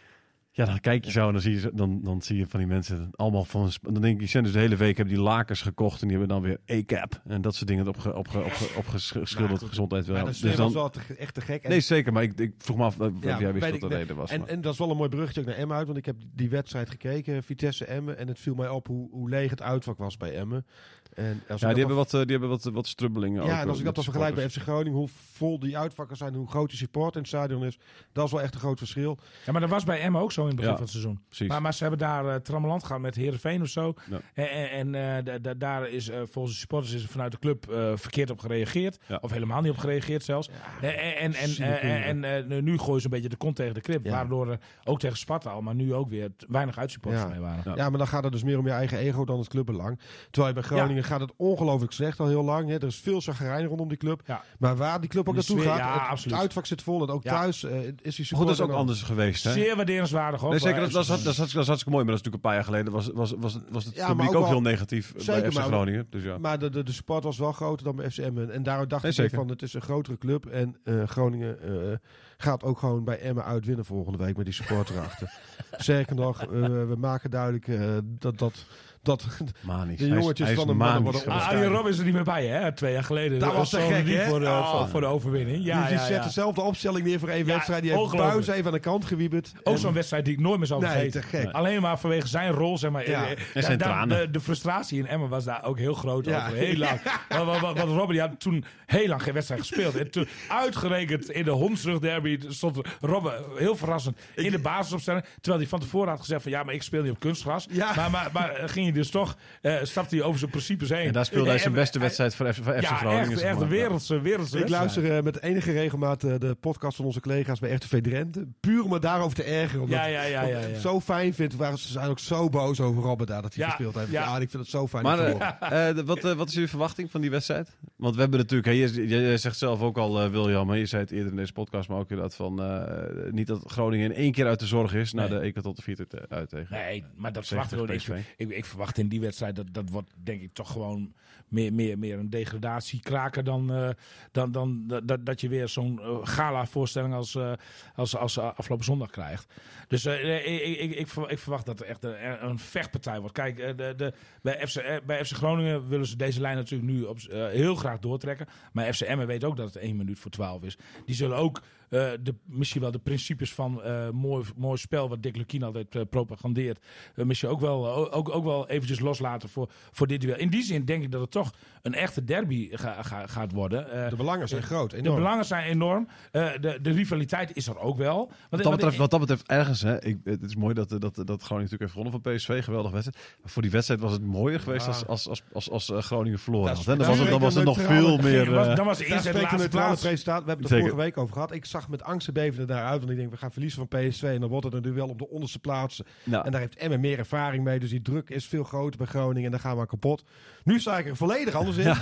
Ja, dan kijk je zo en dan zie je, dan, dan zie je van die mensen allemaal van... Dan denk je, zijn dus de hele week hebben die lakens gekocht... en die hebben dan weer A C A P en dat soort dingen opge, opge, opge, opgeschilderd. Gezondheid wel. Maar dat is dus dan, wel te, echt te gek. En nee, zeker. Maar ik, ik vroeg me af of ja, jij wist wat de reden was. En, en dat is wel een mooi bruggetje ook naar Emmen uit. Want ik heb die wedstrijd gekeken, Vitesse-Emmen. En het viel mij op hoe, hoe leeg het uitvak was bij Emmen. En als ja, die hebben, af... wat, die hebben wat, wat strubbelingen. Ja, ook, en als ik dat dan vergelijk bij F C Groningen... hoe vol die uitvakken zijn, hoe groot die support in het stadion is... dat is wel echt een groot verschil. Ja, maar dat was bij Emmen ook zo in het begin ja, van het seizoen. Precies. Maar, maar ze hebben daar uh, trammeland gehad met Heerenveen of zo. Ja. En, en uh, d- d- daar is uh, volgens de supporters is er vanuit de club uh, verkeerd op gereageerd. Ja. Of helemaal niet op gereageerd zelfs. Ja, en en, en, uh, en, en uh, nu gooien ze een beetje de kont tegen de krip. Ja. Waardoor er ook tegen Sparta al, maar nu ook weer weinig uitsupporters ja. mee waren. Ja. ja, maar dan gaat het dus meer om je eigen ego dan het clubbelang. Terwijl bij Groningen ja. gaat het ongelooflijk slecht al heel lang. Hè. Er is veel chagrijn rondom die club. Ja. Maar waar die club ook naartoe gaat, ja, het, het uitvak zit vol. En ook ja. thuis uh, is die support. Dat is ook anders geweest. Hè? Zeer waarderenswaardig. Hoor, nee, zeker, dat, dat, dat, dat, dat is hartstikke mooi. Maar dat is natuurlijk een paar jaar geleden. Was, was, was, was het ja, publiek ook, ook heel negatief zeker, bij F C Groningen. Dus ja. Maar de, de, de support was wel groter dan bij F C Emmen. En daarom dacht nee, ik van, het is een grotere club. En uh, Groningen uh, gaat ook gewoon bij Emmen uitwinnen volgende week met die support erachter. Zeker nog, uh, we maken duidelijk uh, dat... dat dat manisch. de jongetjes hij is, hij van de mannen worden opgeschreven. Arjen Rob is er niet meer bij, hè? Twee jaar geleden. Dat, dat was te gek, hè? Voor de, oh. voor, voor de overwinning. Ja, die ja, zet ja. dezelfde opstelling neer voor één ja, wedstrijd. Die heeft Buijs even aan de kant gewieberd. Ook zo'n wedstrijd die ik nooit meer zal nee, vergeten. Te gek. Nee. Alleen maar vanwege zijn rol, zeg maar. Ja. Eh, en zijn da, tranen. De, de frustratie in Emmen was daar ook heel groot ja. over. Heel lang. Ja. Want, want, want Robben die had toen heel lang geen wedstrijd gespeeld. En toen uitgerekend in de Hondsrug derby stond Robben heel verrassend ik, in de basisopstelling. Terwijl hij van tevoren had gezegd van ja, maar ik speel niet op kunstgras. Ja. Maar, maar, maar ging hij dus toch... Uh, stapte hij over zijn principes heen. En daar speelde hij zijn beste wedstrijd voor F C ja, Groningen. Echt, echt een wereldse, wereldse Ik luister uh, met enige regelmaat uh, de podcast van onze collega's bij R T V Drenthe. Puur om me daarover te ergeren. Omdat ja, ja, ja, ja, ja. ik het zo fijn vind. Waren ze zijn ook zo boos over Robben daar dat hij ja, gespeeld heeft. Ja. ja, ik vind het zo fijn. Maar uh, uh, wat, uh, wat is uw verwachting van die wedstrijd? Want we hebben natuurlijk... Hey, je, je, je zegt zelf ook al, uh, William, maar je zei het eerder in deze podcast, maar ook dat van... Uh, niet dat Groningen in één keer uit de zorg is nee. naar de Eker tot de vierde te, uit tegen. Nee, maar dat verwacht ik ook niet. Ik, ik verwacht in die wedstrijd, dat, dat wordt denk ik toch gewoon meer, meer, meer een degradatiekraker dan, uh, dan, dan dat, dat je weer zo'n uh, gala-voorstelling als, uh, als, als uh, afgelopen zondag krijgt. Dus uh, ik, ik, ik, ik verwacht dat er echt een, een vechtpartij wordt. Kijk, uh, de, de, bij, F C, bij F C Groningen willen ze deze lijn natuurlijk nu op, uh, heel graag doortrekken. Maar F C Emmen weet ook dat het één minuut voor twaalf is. Die zullen ook uh, de, misschien wel de principes van uh, mooi, mooi spel, wat Dick Lukien altijd uh, propagandeert, uh, misschien ook wel, uh, ook, ook wel eventjes loslaten voor, voor dit duel. In die zin denk ik dat het toch een echte derby ga, ga, gaat worden. Uh, de belangen zijn groot, enorm. De belangen zijn enorm. Uh, de, de rivaliteit is er ook wel. Want, wat, dat betreft, wat dat betreft ergens, hè, ik, het is mooi dat, dat, dat, dat Groningen natuurlijk heeft gewonnen van P S V, geweldig wedstrijd. Maar voor die wedstrijd was het mooier geweest ja. als, als, als, als, als uh, Groningen verloren had. Dan was het, dan was het nog veel meer... Uh, was, dan was de eerste en laatste plaats. Presentatie. We hebben het er vorige week over gehad. Ik zag met angst en bevende daaruit, want ik denk we gaan verliezen van P S V en dan wordt het een duel op de onderste plaatsen. Nou. En daar heeft Emmen meer ervaring mee, dus die druk is veel groter bij Groningen en dan gaan we kapot. Nu sta ik er volledig anders in. Ja.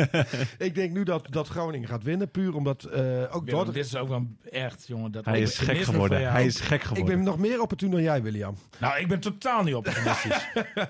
Ik denk nu dat, dat Groningen gaat winnen, puur omdat uh, ook Willem, dit is ook wel echt, jongen. Dat hij is gek geworden. Hij is gek geworden. Ik ben nog meer opportun dan jij, William. Nou, ik ben totaal niet opportunistisch.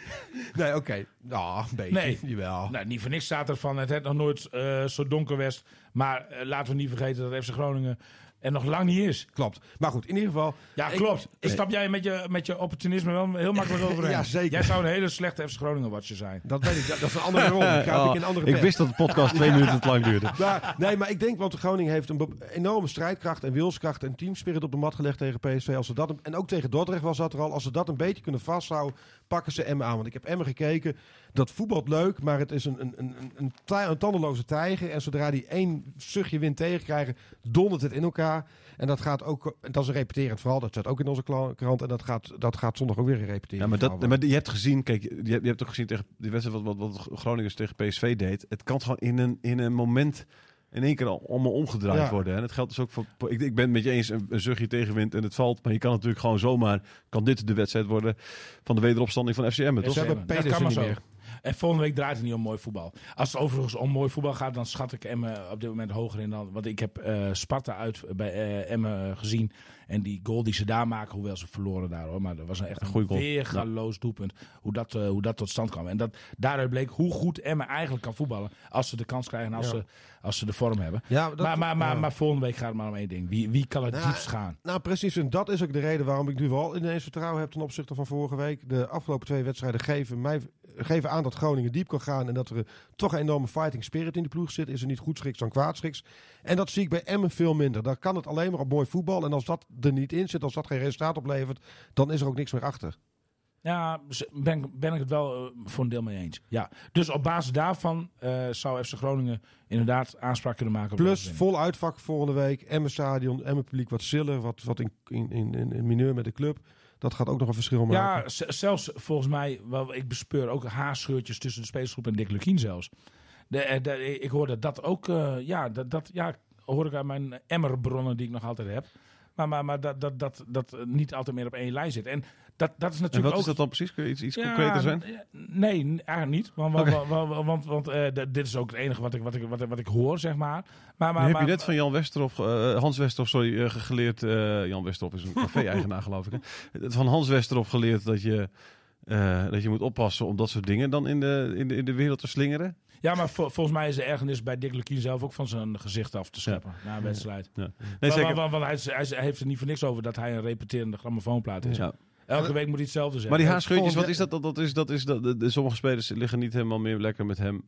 Nee, oké. Okay. Nou, een beetje. Nee. Jawel. Nou, niet voor niks staat er van het het nog nooit uh, zo donker was. Maar uh, laten we niet vergeten dat F C Groningen er nog lang niet is. Klopt. Maar goed, in ieder geval... Ja, klopt. Ik, ik, stap jij met je, met je opportunisme wel heel makkelijk overheen. Ja, zeker. Jij zou een hele slechte F C Groningen-watcher zijn. Dat weet ik. Dat, dat is een andere rol. Ik, oh, ik, in andere ik wist dat de podcast twee minuten te lang duurde. Maar, nee, maar ik denk, want Groningen heeft een enorme strijdkracht en wilskracht en teamspirit op de mat gelegd tegen P S V. Als ze dat, en ook tegen Dordrecht was dat er al. Als ze dat een beetje kunnen vasthouden, pakken ze Emmen aan. Want ik heb Emmen gekeken. Dat voetbalt leuk, maar het is een, een, een, een, een tandenloze tijger. En zodra die één zuchtje wind tegenkrijgen, dondert het in elkaar. En dat gaat ook, dat is een repeterend verhaal. Dat staat ook in onze krant. En dat gaat, dat gaat zondag ook weer een repeterend ja, maar, dat, verhaal. maar je hebt gezien, kijk, je hebt, je hebt ook gezien tegen die wedstrijd wat, wat, wat Groningen tegen P S V deed. Het kan gewoon in een, in een moment in één keer allemaal omgedraaid ja. worden. En het geldt dus ook voor. Ik, ik ben het met je eens, een, een zuchtje tegenwind en het valt. Maar je kan natuurlijk gewoon zomaar, kan dit de wedstrijd worden van de wederopstanding van F C Emmen. Ze hebben Pedersen niet meer. En volgende week draait het niet om mooi voetbal. Als het overigens om mooi voetbal gaat, dan schat ik Emmen op dit moment hoger in dan. Want ik heb uh, Sparta uit bij uh, Emmen gezien. En die goal die ze daar maken, hoewel ze verloren daar hoor. Maar dat was een echt een, een weergaloos ja. doelpunt. Hoe dat, uh, hoe dat tot stand kwam. En dat, daaruit bleek hoe goed Emmen eigenlijk kan voetballen. Als ze de kans krijgen en als, ja. ze, als ze de vorm hebben. Ja, dat, maar, maar, maar, ja. maar volgende week gaat het maar om één ding. Wie, wie kan het nou, diepst gaan? Nou precies, en dat is ook de reden waarom ik nu wel ineens vertrouwen heb ten opzichte van vorige week. De afgelopen twee wedstrijden geven, mij, geven aan dat Groningen diep kan gaan. En dat er toch een enorme fighting spirit in de ploeg zit. Is er niet goed schiks dan kwaad schiks. En dat zie ik bij Emmen veel minder. Daar kan het alleen maar op mooi voetbal. En als dat er niet in zit, als dat geen resultaat oplevert, dan is er ook niks meer achter. Ja, ben, ben ik het wel uh, voor een deel mee eens. Ja. Dus op basis daarvan uh, zou F C Groningen inderdaad aanspraak kunnen maken. Op Plus vol uitvak volgende week. Emmen stadion, Emmen publiek wat ziller, wat, wat in, in, in, in mineur met de club. Dat gaat ook nog een verschil maken. Ja, z- zelfs volgens mij, wel, ik bespeur ook haarscheurtjes tussen de spelersgroep en Dick Lukien zelfs. De, de, ik hoor dat dat ook, uh, ja, dat, dat ja, hoor ik uit mijn emmerbronnen die ik nog altijd heb. Maar, maar, maar dat, dat, dat, dat niet altijd meer op één lijn zit. En dat, dat is natuurlijk en wat ook... is dat dan precies? Kun je iets, iets ja, concreter zijn? Nee, eigenlijk niet. Want, okay. want, want, want, want uh, d- dit is ook het enige wat ik, wat ik, wat ik, wat ik hoor, zeg maar. maar, maar heb maar, je net van Jan Westerhof, uh, Hans Westerhof, sorry, uh, geleerd... Uh, Jan Westerhof is een café-eigenaar, geloof ik. Hè? Van Hans Westerhof geleerd dat je, uh, dat je moet oppassen om dat soort dingen dan in de, in de, in de wereld te slingeren? Ja, maar vo- volgens mij is de ergernis bij Dick Lukien zelf ook van zijn gezicht af te scheppen ja. na een wedstrijd. Ja. Nee, want want, want hij, hij, hij heeft er niet voor niks over dat hij een repeterende grammofoonplaat is. Ja. Elke week moet hij hetzelfde zeggen. Maar die haarscheurtjes, wat is dat? Dat, dat is, dat is dat, de, de, sommige spelers liggen niet helemaal meer lekker met hem.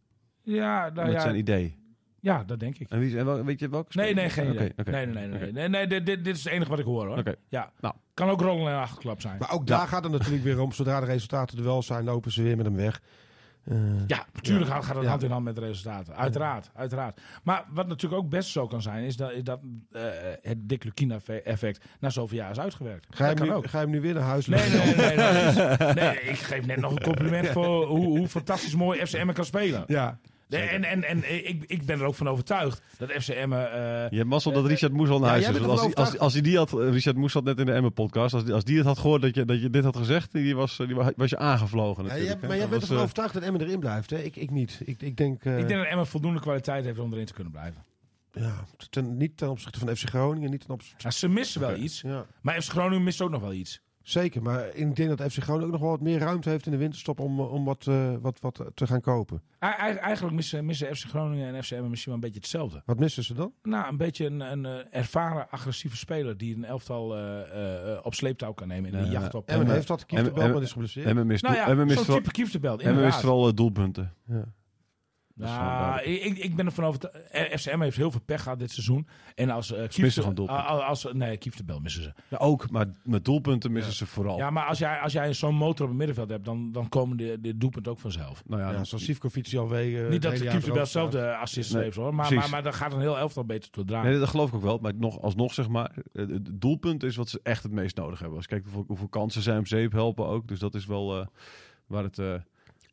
Ja, nou, met ja, zijn idee. Ja, dat denk ik. En, wie, en wel, weet je welke Nee, nee, geen idee. Okay, okay. Nee, nee, nee. nee, okay. nee, nee dit, dit, dit is het enige wat ik hoor, hoor. Okay. Ja. Nou. Kan ook rollen en achterklap zijn. Maar ook daar ja. gaat het natuurlijk weer om. Zodra de resultaten er wel zijn, lopen ze weer met hem weg. Uh, ja, natuurlijk ja. gaat het ja. hand in hand met de resultaten. Uiteraard, uiteraard. Maar wat natuurlijk ook best zo kan zijn, is dat, is dat uh, het Dick Lukien effect na zoveel jaar is uitgewerkt. Ga je, hem nu, ook. ga je hem nu weer naar huis nee, nee, nee, nee, nee, nee. Ik geef net nog een compliment voor hoe, hoe fantastisch mooi F C Emmen kan spelen. Ja. De, en en, en ik, ik ben er ook van overtuigd dat F C Emmen... Uh, je hebt mazzel dat Richard Moes al naar ja, huis is. Als, als, als, als hij die had... Richard Moes had net in de Emmen-podcast. Als, als die het had gehoord dat je, dat je dit had gezegd, die was, die was je aangevlogen. Ja, je, maar jij bent ervan uh, overtuigd dat Emmen erin blijft. Hè? Ik, ik niet. Ik, ik, denk, uh, ik denk dat Emmen voldoende kwaliteit heeft om erin te kunnen blijven. Ja, ten, niet ten opzichte van F C Groningen. Niet ten opzichte... ja, ze missen wel okay. iets. Ja. Maar F C Groningen mist ook nog wel iets. Zeker, maar ik denk dat F C Groningen ook nog wel wat meer ruimte heeft in de winterstop om, om wat, uh, wat, wat te gaan kopen. E- eigenlijk missen, missen F C Groningen en F C Emmen misschien wel een beetje hetzelfde. Wat missen ze dan? Nou, een beetje een, een, een ervaren, agressieve speler die een elftal uh, uh, op sleeptouw kan nemen in de ja, jacht op. Emmen heeft dat, Kieftenbelt, maar is geblesseerd. Emmen mist, nou ja, Emmen mist zo'n type Kieftenbelt. Emmen mist vooral uh, doelpunten. Ja. Nou, ik, ik ben ervan overtuigd. F C M heeft heel veel pech gehad dit seizoen. En als uh, Kiefte, uh, als Nee, Kieftenbelt missen ze. Ja, ook, maar met doelpunten missen ja. ze vooral. Ja, maar als jij, als jij zo'n motor op het middenveld hebt, dan, dan komen de, de doelpunten ook vanzelf. Nou ja, ja zoals Sivkovic alweer... Uh, Niet dat de Kieftenbelt zelf de assist nee, heeft, hoor. Maar, maar, maar dan gaat een heel elftal beter te draaien. Nee, dat geloof ik ook wel. Maar nog, alsnog, zeg maar, het doelpunt is wat ze echt het meest nodig hebben. Als je kijkt hoeveel, hoeveel kansen zij hem zeep helpen ook. Dus dat is wel uh, waar het... Uh,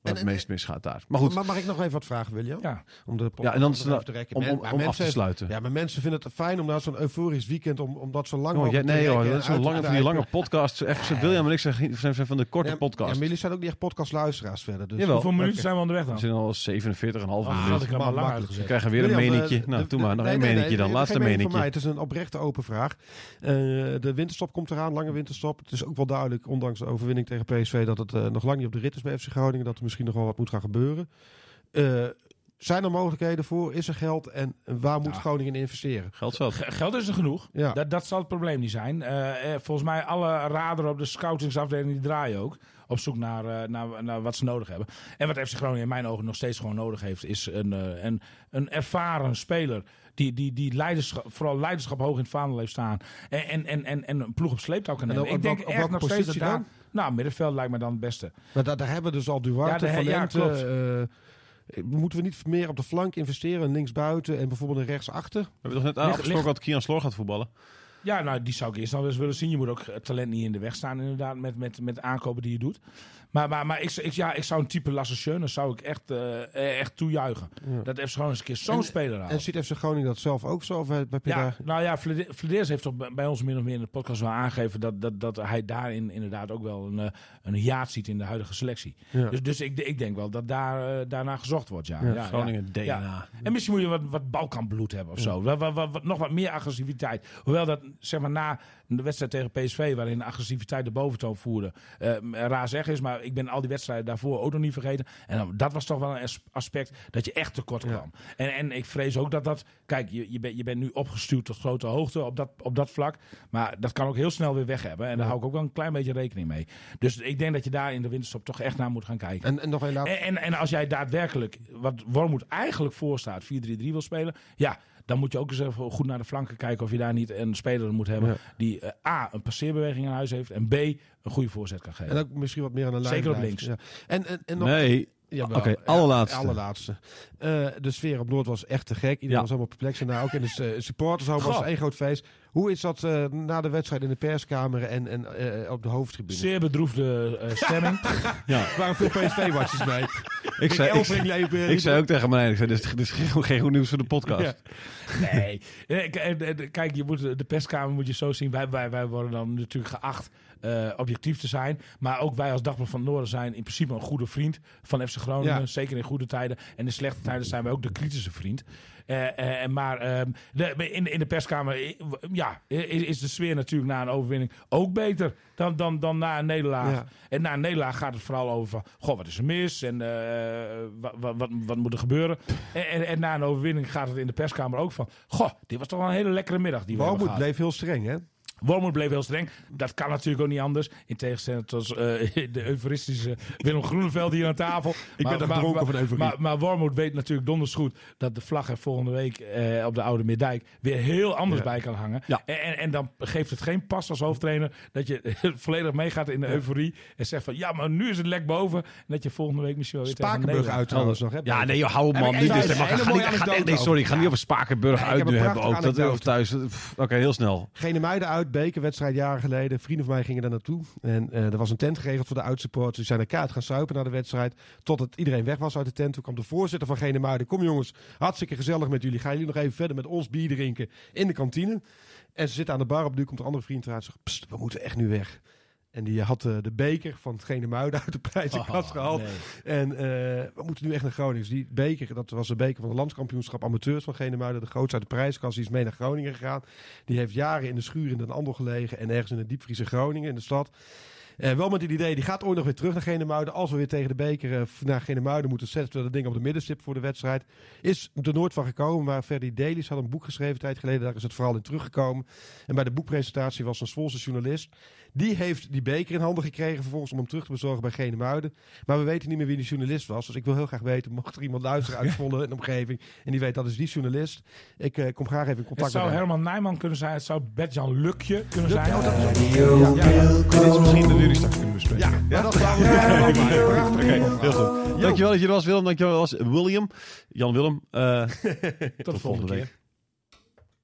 Waar het meest misgaat daar. Maar goed. Maar mag ik nog even wat vragen, William? Ja. Om de ja, en dan is even te rekken. om, om, om af te sluiten. Ja, maar mensen vinden het fijn om na zo'n euforisch weekend om, om dat zo lang oh, mogelijk ja, nee, te hoor, rekken. dat is zo'n lange, van die lange podcast. F C William en ik zijn, zijn van de korte ja, podcast. Ja, maar jullie zijn ook niet echt podcastluisteraars verder. Dus. Hoeveel minuten okay. zijn we onderweg dan? We zijn al zevenenveertig komma vijf oh, minuten. Ik maar lang uitgezet. We krijgen weer William, een meningje. Uh, nou, doe maar. Nog nee, één nee, meningje nee, dan. Laatste meningje. Het is een oprechte open vraag. Uh, de winterstop komt eraan. Lange winterstop. Het is ook wel duidelijk, ondanks de overwinning tegen P S V, dat het uh, nog lang niet op de rit is bij F C Groningen. Dat er misschien nog wel wat moet gaan gebeuren. Uh, zijn er mogelijkheden voor? Is er geld? En waar moet ja. Groningen in investeren? Geld zat. G- geld is er genoeg. Ja. Dat, dat zal het probleem niet zijn. Uh, volgens mij alle radaren op de scoutingsafdeling die draaien ook. Op zoek naar, uh, naar, naar wat ze nodig hebben. En wat F C Groningen in mijn ogen nog steeds gewoon nodig heeft, is een, uh, een, een ervaren speler. Die, die, die leiderschap, vooral leiderschap hoog in het vaandel heeft staan. En, en, en, en, en een ploeg op sleeptouw kan nemen. Ik denk op echt nog steeds dat daar... Dan? Nou, middenveld lijkt me dan het beste. Maar daar, daar hebben we dus al Duarte, ja, Valente... Ja, klopt. Uh, Moeten we niet meer op de flank investeren, linksbuiten en bijvoorbeeld een rechtsachter? We hebben toch net afgesproken dat Kian Sloor gaat voetballen? Ja, nou, die zou ik eerst nog eens willen zien. Je moet ook het talent niet in de weg staan, inderdaad, met, met, met aankopen die je doet. Maar, maar, maar ik, ik, ja, ik zou een type Lasse Schöne zou ik echt, uh, echt toejuichen. Ja. Dat F C Groningen eens een keer zo'n en, speler halen. En ziet F C Groningen dat zelf ook zo? Of heb je ja, daar... nou ja, Flederis heeft toch bij ons min of meer in de podcast wel aangegeven dat, dat, dat hij daarin inderdaad ook wel een, een hiaat ziet in de huidige selectie. Ja. Dus, dus ik, ik denk wel dat daar, uh, daarna gezocht wordt. Ja. Ja, ja, Groningen ja. D N A. Ja. En misschien moet je wat, wat Balkanbloed hebben of ja. zo. Wat, wat, wat, wat, nog wat meer agressiviteit. Hoewel dat zeg maar na de wedstrijd tegen P S V, waarin de agressiviteit de boventoon voerde, uh, raar zeg is, maar ik ben al die wedstrijden daarvoor ook nog niet vergeten. En dan, dat was toch wel een aspect dat je echt tekort kwam. Ja. En, en ik vrees ook dat dat... Kijk, je, je, ben, je bent nu opgestuurd tot grote hoogte op dat, op dat vlak. Maar dat kan ook heel snel weer weg hebben. En daar ja. hou ik ook wel een klein beetje rekening mee. Dus ik denk dat je daar in de winterstop toch echt naar moet gaan kijken. En, en, nog een laatste... en, en, en als jij daadwerkelijk, wat Wormoed eigenlijk voor staat, vier drie drie wil spelen, ja, dan moet je ook eens even goed naar de flanken kijken of je daar niet een speler moet hebben ja. die uh, A, een passeerbeweging aan huis heeft en B, een goede voorzet kan geven. En ook misschien wat meer aan de lijn. Zeker op blijft. links. Ja. En, en, en nog... Nee. Oké, okay, allerlaatste. Ja, allerlaatste. Uh, de sfeer op Noord was echt te gek. Iedereen ja. was helemaal perplex. En nou, ook in de uh, supportershome was één groot feest. Hoe is dat uh, na de wedstrijd in de perskamer en, en uh, op de hoofdtribune? Zeer bedroefde uh, stemming. ja. Er waren veel P S V-watjes mee. Ik zei, ik, ik, ik zei ook tegen mij, dit is, dit is geen, geen goed nieuws voor de podcast. Ja. Nee. Kijk, je moet, de perskamer moet je zo zien. Wij, wij, wij worden dan natuurlijk geacht uh, objectief te zijn. Maar ook wij als Dagblad van het Noorden zijn in principe een goede vriend van F C Groningen. Ja. Zeker in goede tijden. En in slechte tijden zijn wij ook de kritische vriend. Uh, uh, maar uh, de, in, in de perskamer uh, ja, is, is de sfeer natuurlijk na een overwinning ook beter dan, dan, dan na een nederlaag. Ja. En na een nederlaag gaat het vooral over van, goh, wat is er mis en uh, wat, wat, wat, wat moet er gebeuren. En, en, en na een overwinning gaat het in de perskamer ook van, goh, dit was toch wel een hele lekkere middag die we hebben gehad. Bleef heel streng, hè? Wormoed bleef heel streng. Dat kan natuurlijk ook niet anders. In tegenstelling tot uh, de euforistische Willem Groeneveld hier aan tafel. Ik maar, ben er dronken van euforie. Maar, maar Wormoed weet natuurlijk donders goed dat de vlag er volgende week uh, op de Oude Meerdijk weer heel anders ja. bij kan hangen. Ja. En, en, en dan geeft het geen pas als hoofdtrainer dat je volledig meegaat in de ja. euforie en zegt van ja, maar nu is het lek boven. En dat je volgende week misschien wel weer tegen Spakenburg uit trouwens nog. Hè? Ja, nee, hou op man. Nee, sorry, ik ga niet over Spakenburg ja, uit nu hebben ook. Dat of thuis. Oké, okay, heel snel. Genemuiden uit, bekerwedstrijd jaren geleden. Vrienden van mij gingen daar naartoe. En uh, er was een tent geregeld voor de uitsupporters. Die zijn naar kaart gaan suipen na de wedstrijd. Totdat iedereen weg was uit de tent. Toen kwam de voorzitter van Genemuiden. Kom jongens, hartstikke gezellig met jullie. Gaan jullie nog even verder met ons bier drinken in de kantine? En ze zitten aan de bar op. Nu komt een andere vriend eruit en zegt, pst, we moeten echt nu weg. En die had uh, de beker van Genemuiden uit de prijzenkast oh, gehaald. Nee. En uh, we moeten nu echt naar Groningen. Dus die beker, dat was de beker van de landskampioenschap amateurs van Genemuiden. De grootste uit de prijzenkast. Die is mee naar Groningen gegaan. Die heeft jaren in de schuur in Den Andel gelegen. En ergens in de diepvriese Groningen in de stad. Uh, wel met het idee, die gaat ooit nog weer terug naar Genemuiden. Als we weer tegen de beker uh, naar Genemuiden moeten, zetten we dat ding op de middenstip voor de wedstrijd. Is er nooit van gekomen, maar Ferdy Delis had een boek geschreven een tijd geleden. Daar is het vooral in teruggekomen. En bij de boekpresentatie was een Zwolse journalist. Die heeft die beker in handen gekregen vervolgens om hem terug te bezorgen bij Genemuiden. Maar we weten niet meer wie die journalist was. Dus ik wil heel graag weten, mocht er iemand luisteren uit Zwolle en de omgeving en die weet dat is die journalist. Ik uh, kom graag even in contact met hem. Het zou Herman Nijman kunnen zijn. Het zou Bert-Jan Lukje kunnen zijn. Ja, dat is ja, ja, ja. Dit is misschien de jury straks kunnen bespreken. Ja, ja, dat zou ja, Oké, heel goed. Dankjewel dat je er was, Willem. Dankjewel dat je er was, William. Jan Willem. Uh, tot, tot volgende week. week.